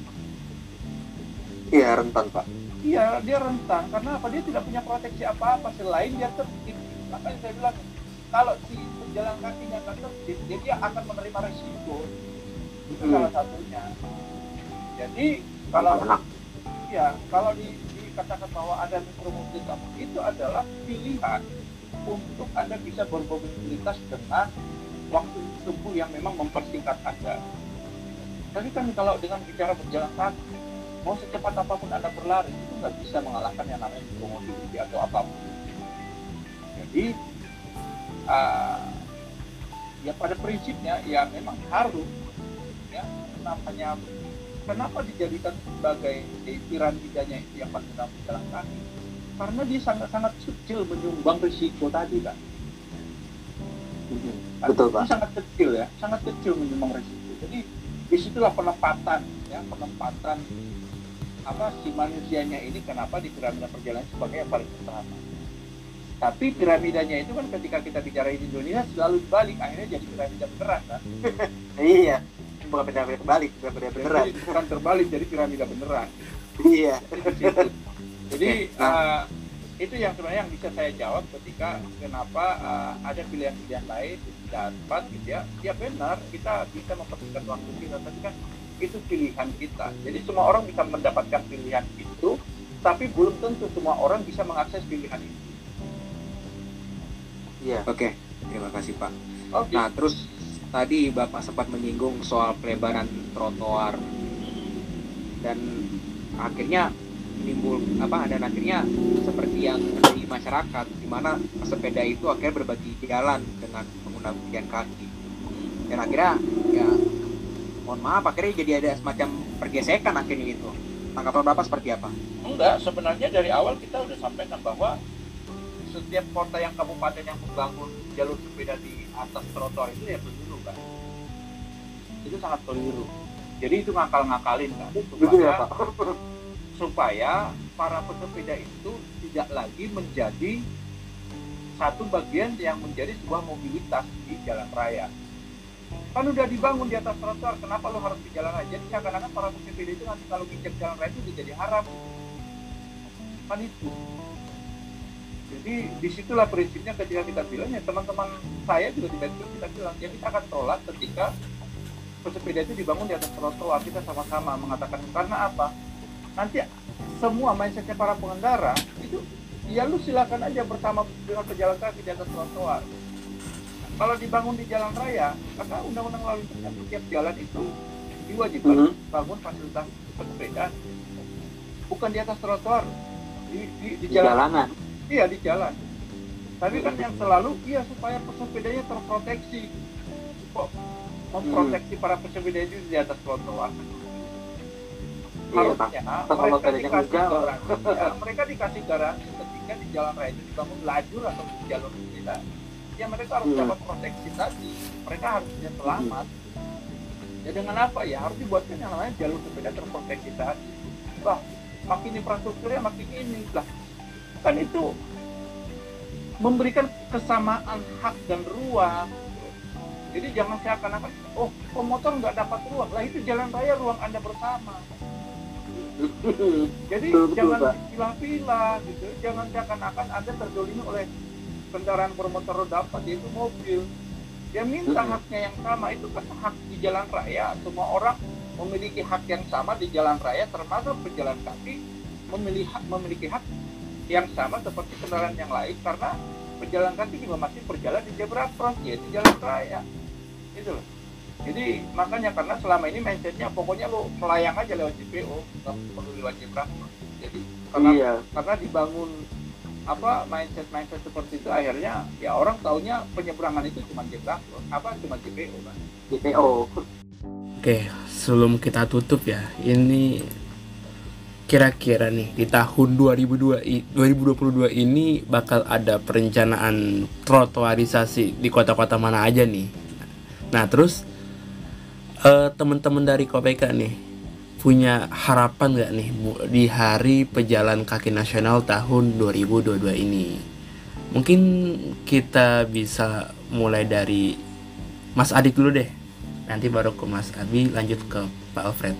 Iya, rentan, Pak. Iya, dia rentan karena apa? Dia tidak punya proteksi apa-apa selain dia tertib. Makanya saya bilang kalau si pejalan kakinya nggak tertib, dia, dia akan menerima resiko. Itu Hmm. salah satunya. Jadi kalau ya kalau di, dikatakan bahwa ada micromobilitas itu adalah pilihan untuk Anda bisa bermobilitas dengan waktu tempuh yang memang mempersingkat Anda. Tapi kan kalau dengan bicara berjalan kaki, mau secepat apapun Anda berlari itu nggak bisa mengalahkan yang namanya micromobility atau apapun. Jadi uh, ya pada prinsipnya ya memang harus ya namanya kenapa dijadikan sebagai piramidanya itu yang paling dalam jalan kaki karena dia sangat-sangat kecil menyumbang risiko tadi kan. Betul, Dia Pak. sangat kecil ya sangat kecil menyumbang risiko. Jadi disitulah penempatan ya penempatan apa si manusianya ini kenapa di piramida perjalanan sebagai yang paling pertama. Tapi piramidanya itu kan ketika kita bicara di Indonesia selalu dibalik, akhirnya jadi piramida beneran kan. Iya, bukan piramida terbalik, piramida beneran. Jadi bukan terbalik, jadi piramida beneran. Iya. Jadi Oke, nah. uh, itu yang sebenarnya yang bisa saya jawab ketika kenapa uh, ada pilihan-pilihan lain dan tepat gitu ya. Ya benar, kita bisa mempersingkat waktu kita, tapi kan itu pilihan kita. Jadi semua orang bisa mendapatkan pilihan itu, tapi belum tentu semua orang bisa mengakses pilihan itu. Iya. Oke, terima kasih Pak. Oke. Nah, terus tadi Bapak sempat menyinggung soal pelebaran trotoar dan akhirnya menimbul apa dan akhirnya seperti yang di masyarakat di mana pesepeda itu akhirnya berbagi jalan dengan pengguna jalan kaki dan akhirnya ya mohon maaf akhirnya jadi ada semacam pergesekan akhirnya itu. Tanggapan Bapak seperti apa? Enggak, sebenarnya dari awal kita udah sampaikan bahwa setiap kota yang kabupaten yang membangun jalur sepeda di atas trotoar itu ya keliru kan. Itu sangat keliru. Jadi itu ngakal-ngakalin kan supaya, supaya para pesepeda itu tidak lagi menjadi satu bagian yang menjadi sebuah mobilitas di jalan raya. Kan udah dibangun di atas trotoar, kenapa lo harus di jalan raya? Jadi seakan-akan para pesepeda itu nanti kalau nginjek jalan raya itu jadi haram. Kan itu. Jadi disitulah prinsipnya ketika kita bilang ya teman-teman saya juga tidak bisa kita bilang ya kita akan tolak ketika pesepeda itu dibangun di atas trotoar. Kita sama-sama mengatakan karena apa? Nanti semua mindsetnya para pengendara itu ya lu silakan aja bersama dengan pejalan kaki di atas trotoar. Kalau dibangun di jalan raya, karena undang-undang lalu lintas setiap jalan itu diwajibkan mm-hmm. bangun fasilitas pesepeda bukan di atas trotoar di, di, di, di jalan. jalanan. Iya di jalan. Tapi kan yang selalu iya supaya pesepedanya terproteksi. Kok memproteksi hmm. para pesepeda itu di atas trotoar? Harusnya iya, mereka dikasih garansi, ya, mereka dikasih garansi ketika di jalan raya itu dibangun lajur atau jalur sepeda. Ya mereka harus hmm. dapat proteksi tadi. Mereka harusnya selamat. Ya dengan apa ya? Harus dibuatkan yang namanya jalur sepeda terproteksi tadi. Wah, makin infrastrukturnya makin ini lah. Kan itu memberikan kesamaan hak dan ruang. Jadi jangan seakan-akan oh pemotor nggak dapat ruang lah, itu jalan raya ruang Anda bersama. Jadi betul, jangan pilah-pilah gitu, jangan seakan-akan Anda terdolimi oleh kendaraan bermotor roda empat yaitu mobil. Dia minta haknya yang sama, itu kan hak di jalan raya. Semua orang memiliki hak yang sama di jalan raya, termasuk pejalan kaki memiliki hak, memiliki hak yang sama seperti kendaraan yang lain karena pejalan kaki juga masih berjalan di zebra cross yaitu jalan raya itu loh. Jadi makanya karena selama ini mindsetnya pokoknya lo melayang aja lewat J P O nggak perlu lewat zebra cross. Jadi karena iya. karena dibangun apa mindset mindset seperti itu akhirnya ya orang taunya penyeberangan itu cuma zebra cross apa cuma J P O kan. J P O. Oke, sebelum kita tutup ya ini kira-kira nih di tahun dua ribu dua puluh dua ini bakal ada perencanaan trotoarisasi di kota-kota mana aja nih. Nah terus uh, teman-teman dari K O P K nih punya harapan nggak nih di Hari Pejalan Kaki Nasional tahun dua ribu dua puluh dua ini? Mungkin kita bisa mulai dari Mas Adik dulu deh. Nanti baru ke Mas Abi, lanjut ke Pak Alfred.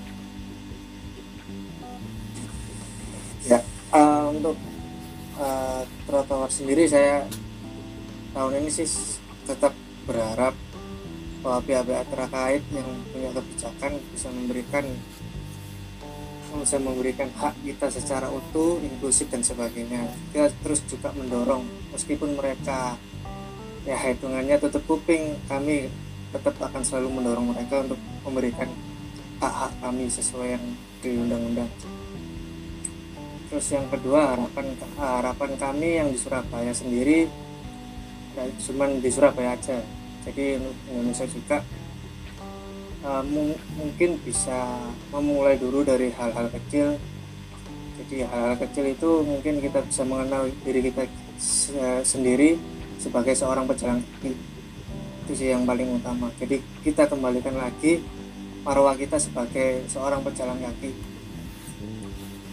Ya, uh, untuk uh, trotoar sendiri saya tahun ini sih tetap berharap bahwa pihak-pihak terkait yang punya kebijakan bisa memberikan bisa memberikan hak kita secara utuh, inklusif dan sebagainya. Kita terus juga mendorong meskipun mereka ya hitungannya tutup kuping, kami tetap akan selalu mendorong mereka untuk memberikan hak-hak kami sesuai yang di undang-undang. Terus yang kedua harapan harapan kami yang di Surabaya sendiri ya, cuman di Surabaya aja. Jadi Indonesia juga uh, m- mungkin bisa memulai dulu dari hal-hal kecil. Jadi hal-hal kecil itu mungkin kita bisa mengenal diri kita se- sendiri sebagai seorang pejalan kaki. Itu sih yang paling utama. Jadi kita kembalikan lagi marwah kita sebagai seorang pejalan kaki.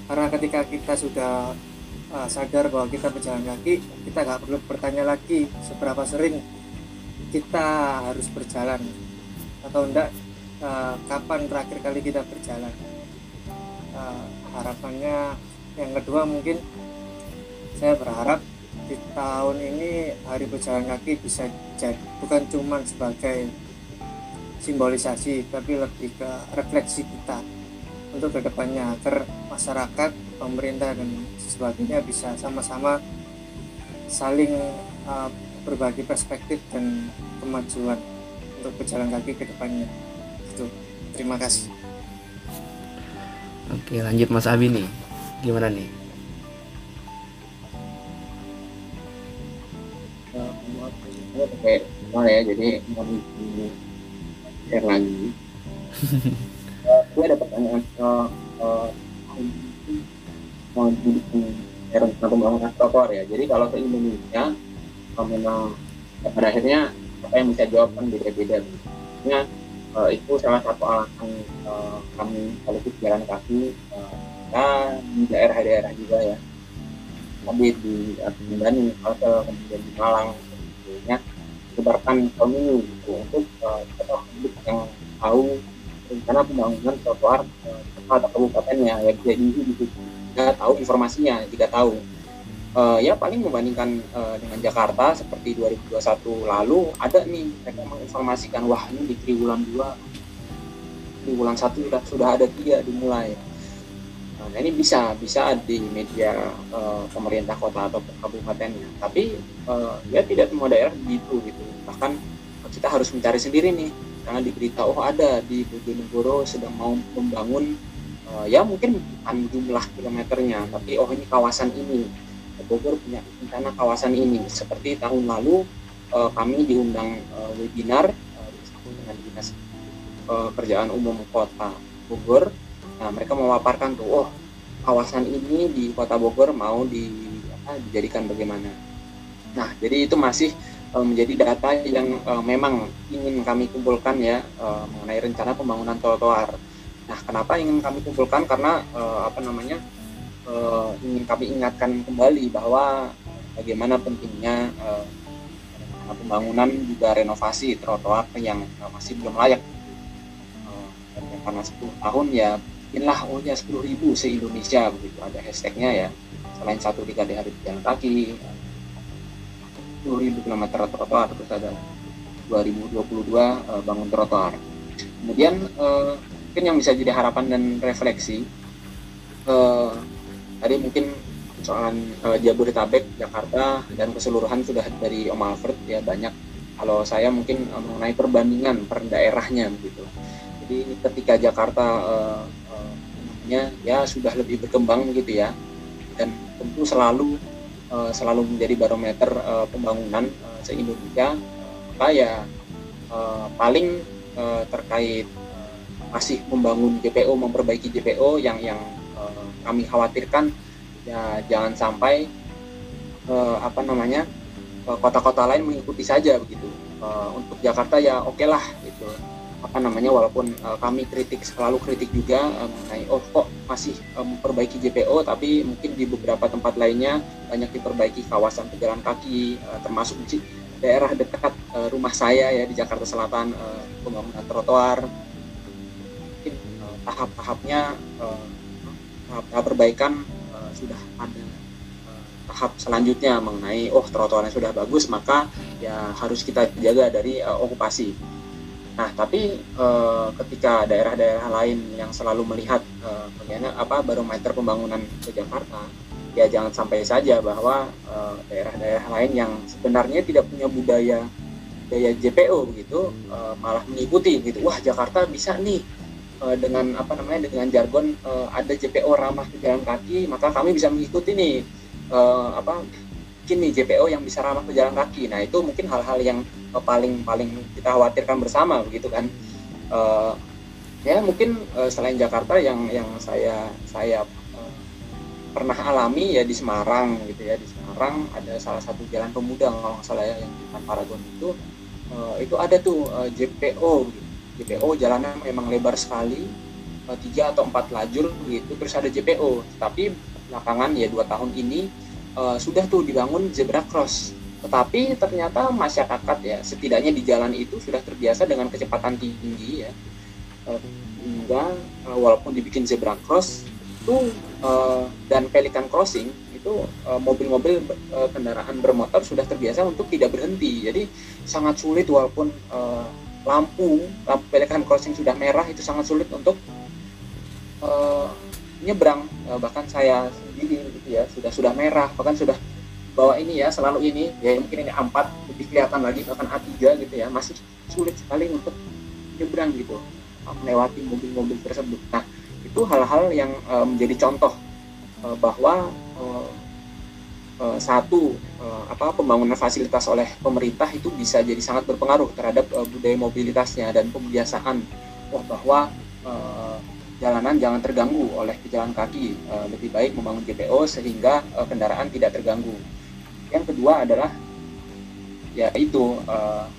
Karena ketika kita sudah uh, sadar bahwa kita berjalan kaki, kita nggak perlu bertanya lagi seberapa sering kita harus berjalan atau enggak, uh, kapan terakhir kali kita berjalan. Uh, harapannya yang kedua, mungkin saya berharap di tahun ini hari berjalan kaki bisa jadi bukan cuma sebagai simbolisasi, tapi lebih ke refleksi kita untuk kedepannya, agar masyarakat, pemerintah dan sebagainya bisa sama-sama saling uh, berbagi perspektif dan kemajuan untuk berjalan kaki ke depannya. Itu. Terima kasih. Oke, lanjut Mas Abi nih. Gimana nih? Oke, semua ya, jadi mau share lagi. uh, gue ada pertanyaan ke uh, mau didukung rencana pembangunan trotoar ya. Jadi kalau ke Indonesia, memang ya, pada akhirnya apa yang bisa jawab kan beda-beda. Sebenarnya uh, itu salah satu alasan uh, kami politik jalan kaki uh, ya, di daerah-daerah juga ya. Tapi di Bandung, Kalsel, kemudian di Malang, sebetulnya sebarkan tahun ini gitu, untuk uh, publik yang tahu rencana pembangunan trotoar uh, atau kabupatennya ya, jadi jika tahu informasinya, jika tahu uh, ya paling membandingkan uh, dengan Jakarta seperti dua ribu dua puluh satu lalu, ada nih mereka menginformasikan wah ini di triwulan dua, triwulan satu sudah sudah ada tiga dimulai. Nah ini bisa bisa di media uh, pemerintah kota atau kabupatennya, tapi uh, ya tidak semua daerah begitu gitu. Bahkan kita harus mencari sendiri nih, karena diberitahu oh ada di Bojonegoro sedang mau membangun uh, ya mungkin bukan jumlah kilometernya, tapi oh ini kawasan ini, Bogor punya rencana kawasan ini. Seperti tahun lalu uh, kami diundang uh, webinar uh, dengan dinas uh, kerjaan umum kota Bogor. Nah, mereka memaparkan tuh, oh kawasan ini di Kota Bogor mau di, apa, dijadikan bagaimana. Nah, jadi itu masih uh, menjadi data yang uh, memang ingin kami kumpulkan ya uh, mengenai rencana pembangunan trotoar. Nah, kenapa ingin kami kumpulkan? Karena uh, apa namanya uh, ingin kami ingatkan kembali bahwa bagaimana pentingnya uh, pembangunan juga renovasi trotoar yang uh, masih belum layak. Uh, karena sepuluh tahun ya inilah ohnya sepuluh ribu se-Indonesia begitu, ada hashtagnya ya, selain satu dekade hari berjalan kaki, sepuluh ribu kilometer trotoar, terus ada dua ribu dua puluh dua uh, bangun trotoar. Kemudian uh, mungkin yang bisa jadi harapan dan refleksi uh, tadi mungkin soalan uh, Jabodetabek, Jakarta dan keseluruhan sudah dari Om Alfred ya banyak. Kalau saya mungkin uh, mengenai perbandingan per daerahnya begitu. Jadi ketika Jakarta uh, ya, ya sudah lebih berkembang gitu ya, dan tentu selalu uh, selalu menjadi barometer uh, pembangunan uh, se-Indonesia, maka uh, ya uh, paling uh, terkait uh, masih membangun J P O, memperbaiki J P O yang yang uh, kami khawatirkan ya jangan sampai uh, apa namanya uh, kota-kota lain mengikuti saja begitu. Uh, untuk Jakarta ya oke okay lah gitu. Apa namanya walaupun uh, kami kritik selalu kritik juga uh, mengenai oh kok masih uh, memperbaiki J P O, tapi mungkin di beberapa tempat lainnya banyak diperbaiki kawasan pejalan kaki, uh, termasuk di daerah dekat uh, rumah saya ya di Jakarta Selatan, uh, pembangunan trotoar mungkin uh, tahap-tahapnya uh, tahap-tahap perbaikan uh, sudah ada uh, tahap selanjutnya mengenai oh trotoarnya sudah bagus maka ya harus kita jaga dari uh, okupasi. Nah, tapi uh, ketika daerah-daerah lain yang selalu melihat uh, bagaimana apa barometer pembangunan ke Jakarta, ya jangan sampai saja bahwa uh, daerah-daerah lain yang sebenarnya tidak punya budaya budaya J P O begitu uh, malah mengikuti gitu. Wah, Jakarta bisa nih uh, dengan apa namanya dengan jargon uh, ada J P O ramah pejalan kaki, maka kami bisa mengikuti nih uh, apa mungkin nih J P O yang bisa ramah pejalan kaki. Nah, itu mungkin hal-hal yang paling paling kita khawatirkan bersama begitu kan. Uh, ya mungkin uh, selain Jakarta yang yang saya saya uh, pernah alami ya di Semarang gitu ya, di Semarang ada salah satu jalan pemuda kalau nggak salah ya yang di Paragon itu uh, itu ada tuh uh, J P O gitu. J P O jalannya memang lebar sekali uh, tiga atau empat lajur gitu, terus ada J P O. Tapi belakangan ya dua tahun ini uh, sudah tuh dibangun zebra cross. Tetapi ternyata masyarakat ya setidaknya di jalan itu sudah terbiasa dengan kecepatan tinggi ya, uh, hingga uh, walaupun dibikin zebra cross itu uh, dan pelikan crossing itu uh, mobil-mobil uh, kendaraan bermotor sudah terbiasa untuk tidak berhenti. Jadi sangat sulit walaupun uh, lampu lampu pelikan crossing sudah merah itu sangat sulit untuk uh, nyebrang. Uh, bahkan saya sendiri gitu ya sudah sudah merah, bahkan sudah bawa ini ya selalu ini ya mungkin ini A empat lebih kelihatan lagi, bahkan A tiga gitu ya masih sulit sekali untuk nyebrang gitu melewati mobil-mobil tersebut. Nah itu hal-hal yang uh, menjadi contoh uh, bahwa uh, uh, satu uh, apa pembangunan fasilitas oleh pemerintah itu bisa jadi sangat berpengaruh terhadap uh, budaya mobilitasnya dan kebiasaan oh, bahwa uh, jalanan jangan terganggu oleh pejalan kaki, uh, lebih baik membangun J P O sehingga uh, kendaraan tidak terganggu. Yang kedua adalah yaitu uh,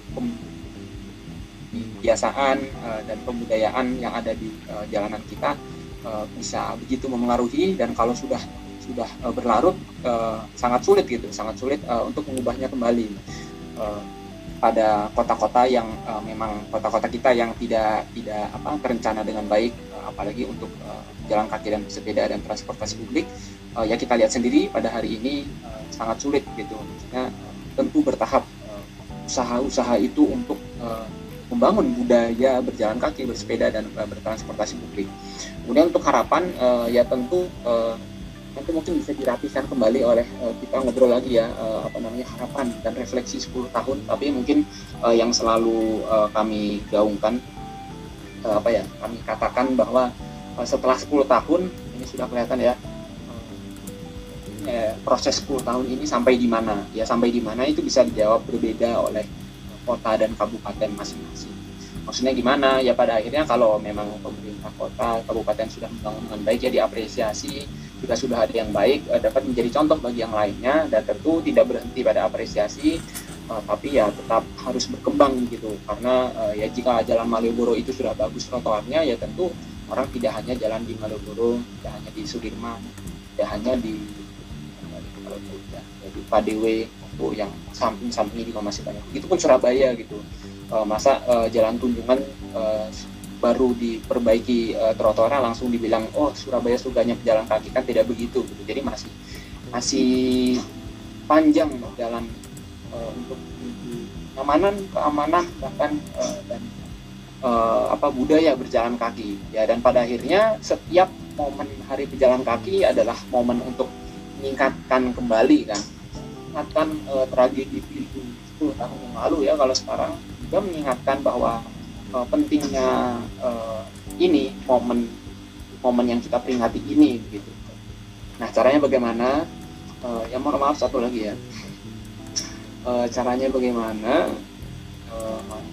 kebiasaan uh, dan kebudayaan yang ada di uh, jalanan kita uh, bisa begitu memengaruhi, dan kalau sudah sudah uh, berlarut uh, sangat sulit gitu, sangat sulit uh, untuk mengubahnya kembali. Uh, pada kota-kota yang uh, memang kota-kota kita yang tidak tidak apa terencana dengan baik, uh, apalagi untuk uh, jalan kaki dan sepeda dan transportasi publik, uh, ya kita lihat sendiri pada hari ini uh, sangat sulit gitu. Maksudnya uh, tentu bertahap uh, usaha-usaha itu untuk uh, membangun budaya berjalan kaki, bersepeda dan uh, bertransportasi publik. Kemudian untuk harapan uh, ya tentu uh, nanti mungkin bisa dirapikan kembali oleh uh, kita ngobrol lagi ya uh, apa namanya harapan dan refleksi sepuluh tahun, tapi mungkin uh, yang selalu uh, kami gaungkan uh, apa ya kami katakan bahwa uh, setelah sepuluh tahun ini sudah kelihatan ya uh, eh, proses sepuluh tahun ini sampai di mana ya sampai di mana itu bisa dijawab berbeda oleh kota dan kabupaten masing-masing. Maksudnya gimana ya, pada akhirnya kalau memang pemerintah kota kabupaten sudah membangun dengan baik ya diapresiasi, jika sudah ada yang baik dapat menjadi contoh bagi yang lainnya, dan tentu tidak berhenti pada apresiasi, uh, tapi ya tetap harus berkembang gitu, karena uh, ya jika jalan Malioboro itu sudah bagus trotoarnya ya tentu orang tidak hanya jalan di Malioboro, tidak hanya di Sudirman, tidak hanya di kalau ya, di Padewe itu yang samping-sampingnya juga masih banyak. Begitupun Surabaya gitu. Uh, masa uh, jalan Tunjungan uh, baru diperbaiki uh, trotoarnya langsung dibilang oh Surabaya suganya pejalan kaki, kan tidak begitu gitu. Jadi masih masih panjang jalan uh, untuk keamanan, keamanan bahkan uh, dan uh, apa budaya berjalan kaki ya. Dan pada akhirnya setiap momen hari pejalan kaki adalah momen untuk meningkatkan kembali kan, mengingatkan uh, tragedi itu sepuluh tahun yang lalu ya. Kalau sekarang juga mengingatkan bahwa uh, pentingnya uh, ini momen momen yang kita peringati ini begitu. Nah caranya bagaimana? Uh, ya mohon maaf satu lagi ya. Uh, caranya bagaimana? Uh,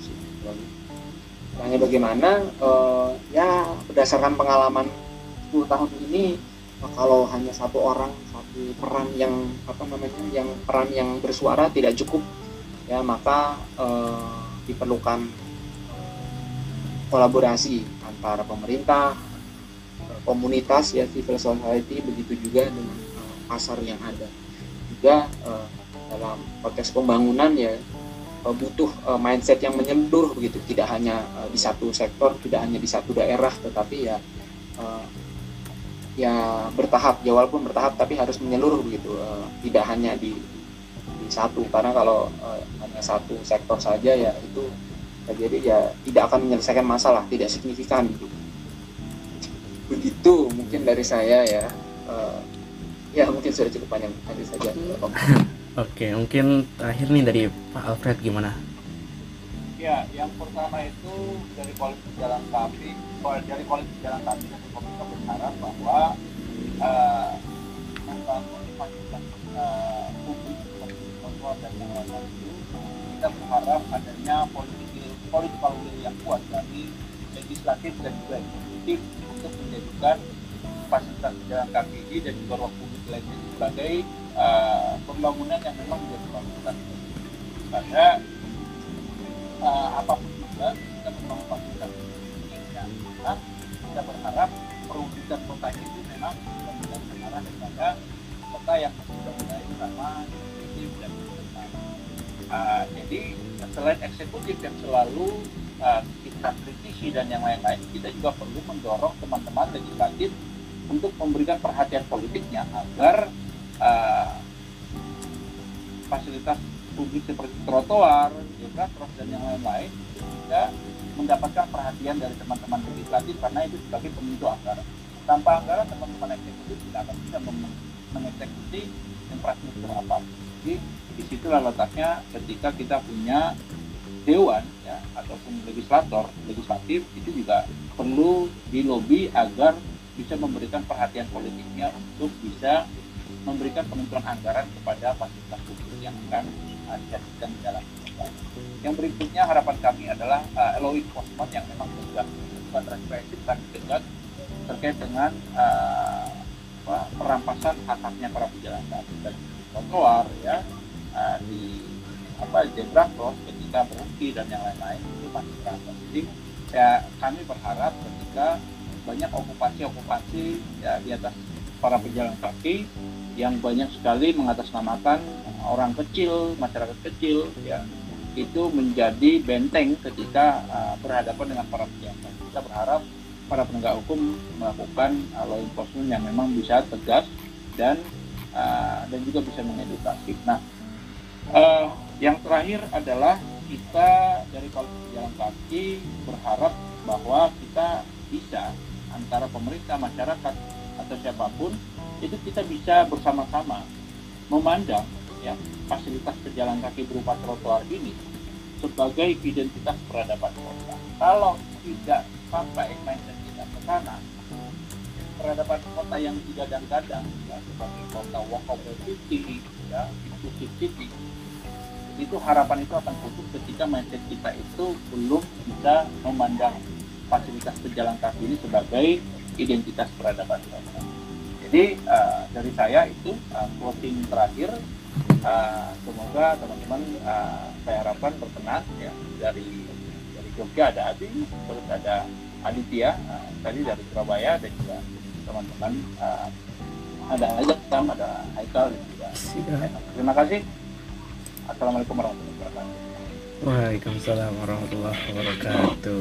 caranya bagaimana? Uh, ya berdasarkan pengalaman sepuluh tahun ini, uh, kalau hanya satu orang satu peran yang apa namanya yang peran yang bersuara tidak cukup ya, maka uh, diperlukan kolaborasi antara pemerintah, komunitas ya, civil society, begitu juga dengan uh, pasar yang ada. Juga uh, dalam konteks pembangunan ya uh, butuh uh, mindset yang menyeluruh begitu, tidak hanya uh, di satu sektor, tidak hanya di satu daerah, tetapi ya uh, ya bertahap ya, walaupun bertahap tapi harus menyeluruh begitu, uh, tidak hanya di satu, karena kalau uh, hanya satu sektor saja ya itu jadi ya tidak akan menyelesaikan masalah, tidak signifikan gitu. Begitu mungkin dari saya ya, uh, ya mungkin sudah cukup panjang aja saja. Oke, mungkin terakhir nih dari Pak Alfred gimana? Ya, yang pertama itu dari kualitas jalan kaki, dari kualitas jalan kaki dan pemerintah berharap bahwa uh, membangun fasilitas uh, publik dan yang lain itu kita berharap adanya politik political will yang kuat dari legislatif dan juga eksekutif untuk menjadikan fasilitas jalan kaki ini dan juga ruang publik lainnya sebagai uh, pembangunan yang memang menjadi prioritas. Karena uh, apapun juga kita membangun fasilitas ini, ya, kita berharap dan kotanya itu memang sudah mulai mengarah kepada kota yang sudah mulai ramah, inklusif dan berkembang. Uh, jadi selain eksekutif yang selalu uh, kita kritisi dan yang lain-lain, kita juga perlu mendorong teman-teman legislatif untuk memberikan perhatian politiknya agar uh, fasilitas publik seperti trotoar, zebra cross dan yang lain-lain itu juga mendapatkan perhatian dari teman-teman legislatif karena itu sebagai penentu anggaran. Tanpa anggaran teman-teman eksekutif tidak akan bisa mem- mengeksekusi infrastruktur apa. Jadi disitulah letaknya ketika kita punya dewan ya ataupun legislator legislatif itu juga perlu dilobi agar bisa memberikan perhatian politiknya untuk bisa memberikan penentuan anggaran kepada fasilitas publik yang akan dijadikan di dalam kota. Yang berikutnya harapan kami adalah uh, law enforcement yang memang tegas, bukan represif tapi tegas terkait dengan uh, apa, perampasan hak-haknya para pejalan kaki dan trotoar ya uh, di apa zebra cross ketika berhenti dan yang lain-lain itu masih terasa. Jadi ya kami berharap ketika banyak okupasi-okupasi ya di atas para pejalan kaki yang banyak sekali mengatasnamakan orang kecil, masyarakat kecil, ya itu menjadi benteng ketika uh, berhadapan dengan para pejalan kaki. Kita berharap para penegak hukum melakukan uh, law enforcement yang memang bisa tegas dan uh, dan juga bisa mengedukasi. Nah, uh, yang terakhir adalah kita dari Koalisi Pejalan Kaki berharap bahwa kita bisa antara pemerintah, masyarakat atau siapapun itu kita bisa bersama-sama memandang ya fasilitas pejalan kaki berupa trotoar ini sebagai identitas peradaban kota. Kalau tidak sampai mindset kita ke sana, peradaban kota yang digadang-gadang ya sebagai kota walkable city, ya inclusive city, itu harapan itu akan putus ketika mindset kita itu belum bisa memandang fasilitas pejalan kaki ini sebagai identitas peradaban kota. Jadi uh, dari saya itu uh, quoting terakhir, uh, semoga teman-teman uh, saya harapkan berkenan ya dari dari Jogja ada Adi, terus ada Aditya uh, tadi dari Surabaya dan juga teman-teman uh, ada Ajam, ada Haikal dan juga Enak. Terima kasih. Assalamualaikum warahmatullahi wabarakatuh. Waalaikumsalam warahmatullahi wabarakatuh.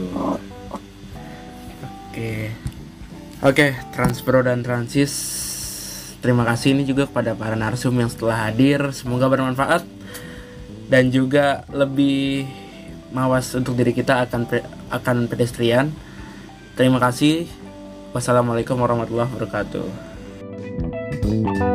Oke. Oke, Transpro dan Transis, terima kasih ini juga kepada para narsum yang setelah hadir. Semoga bermanfaat dan juga lebih mawas untuk diri kita akan akan pedestrian. Terima kasih. Wassalamualaikum warahmatullahi wabarakatuh.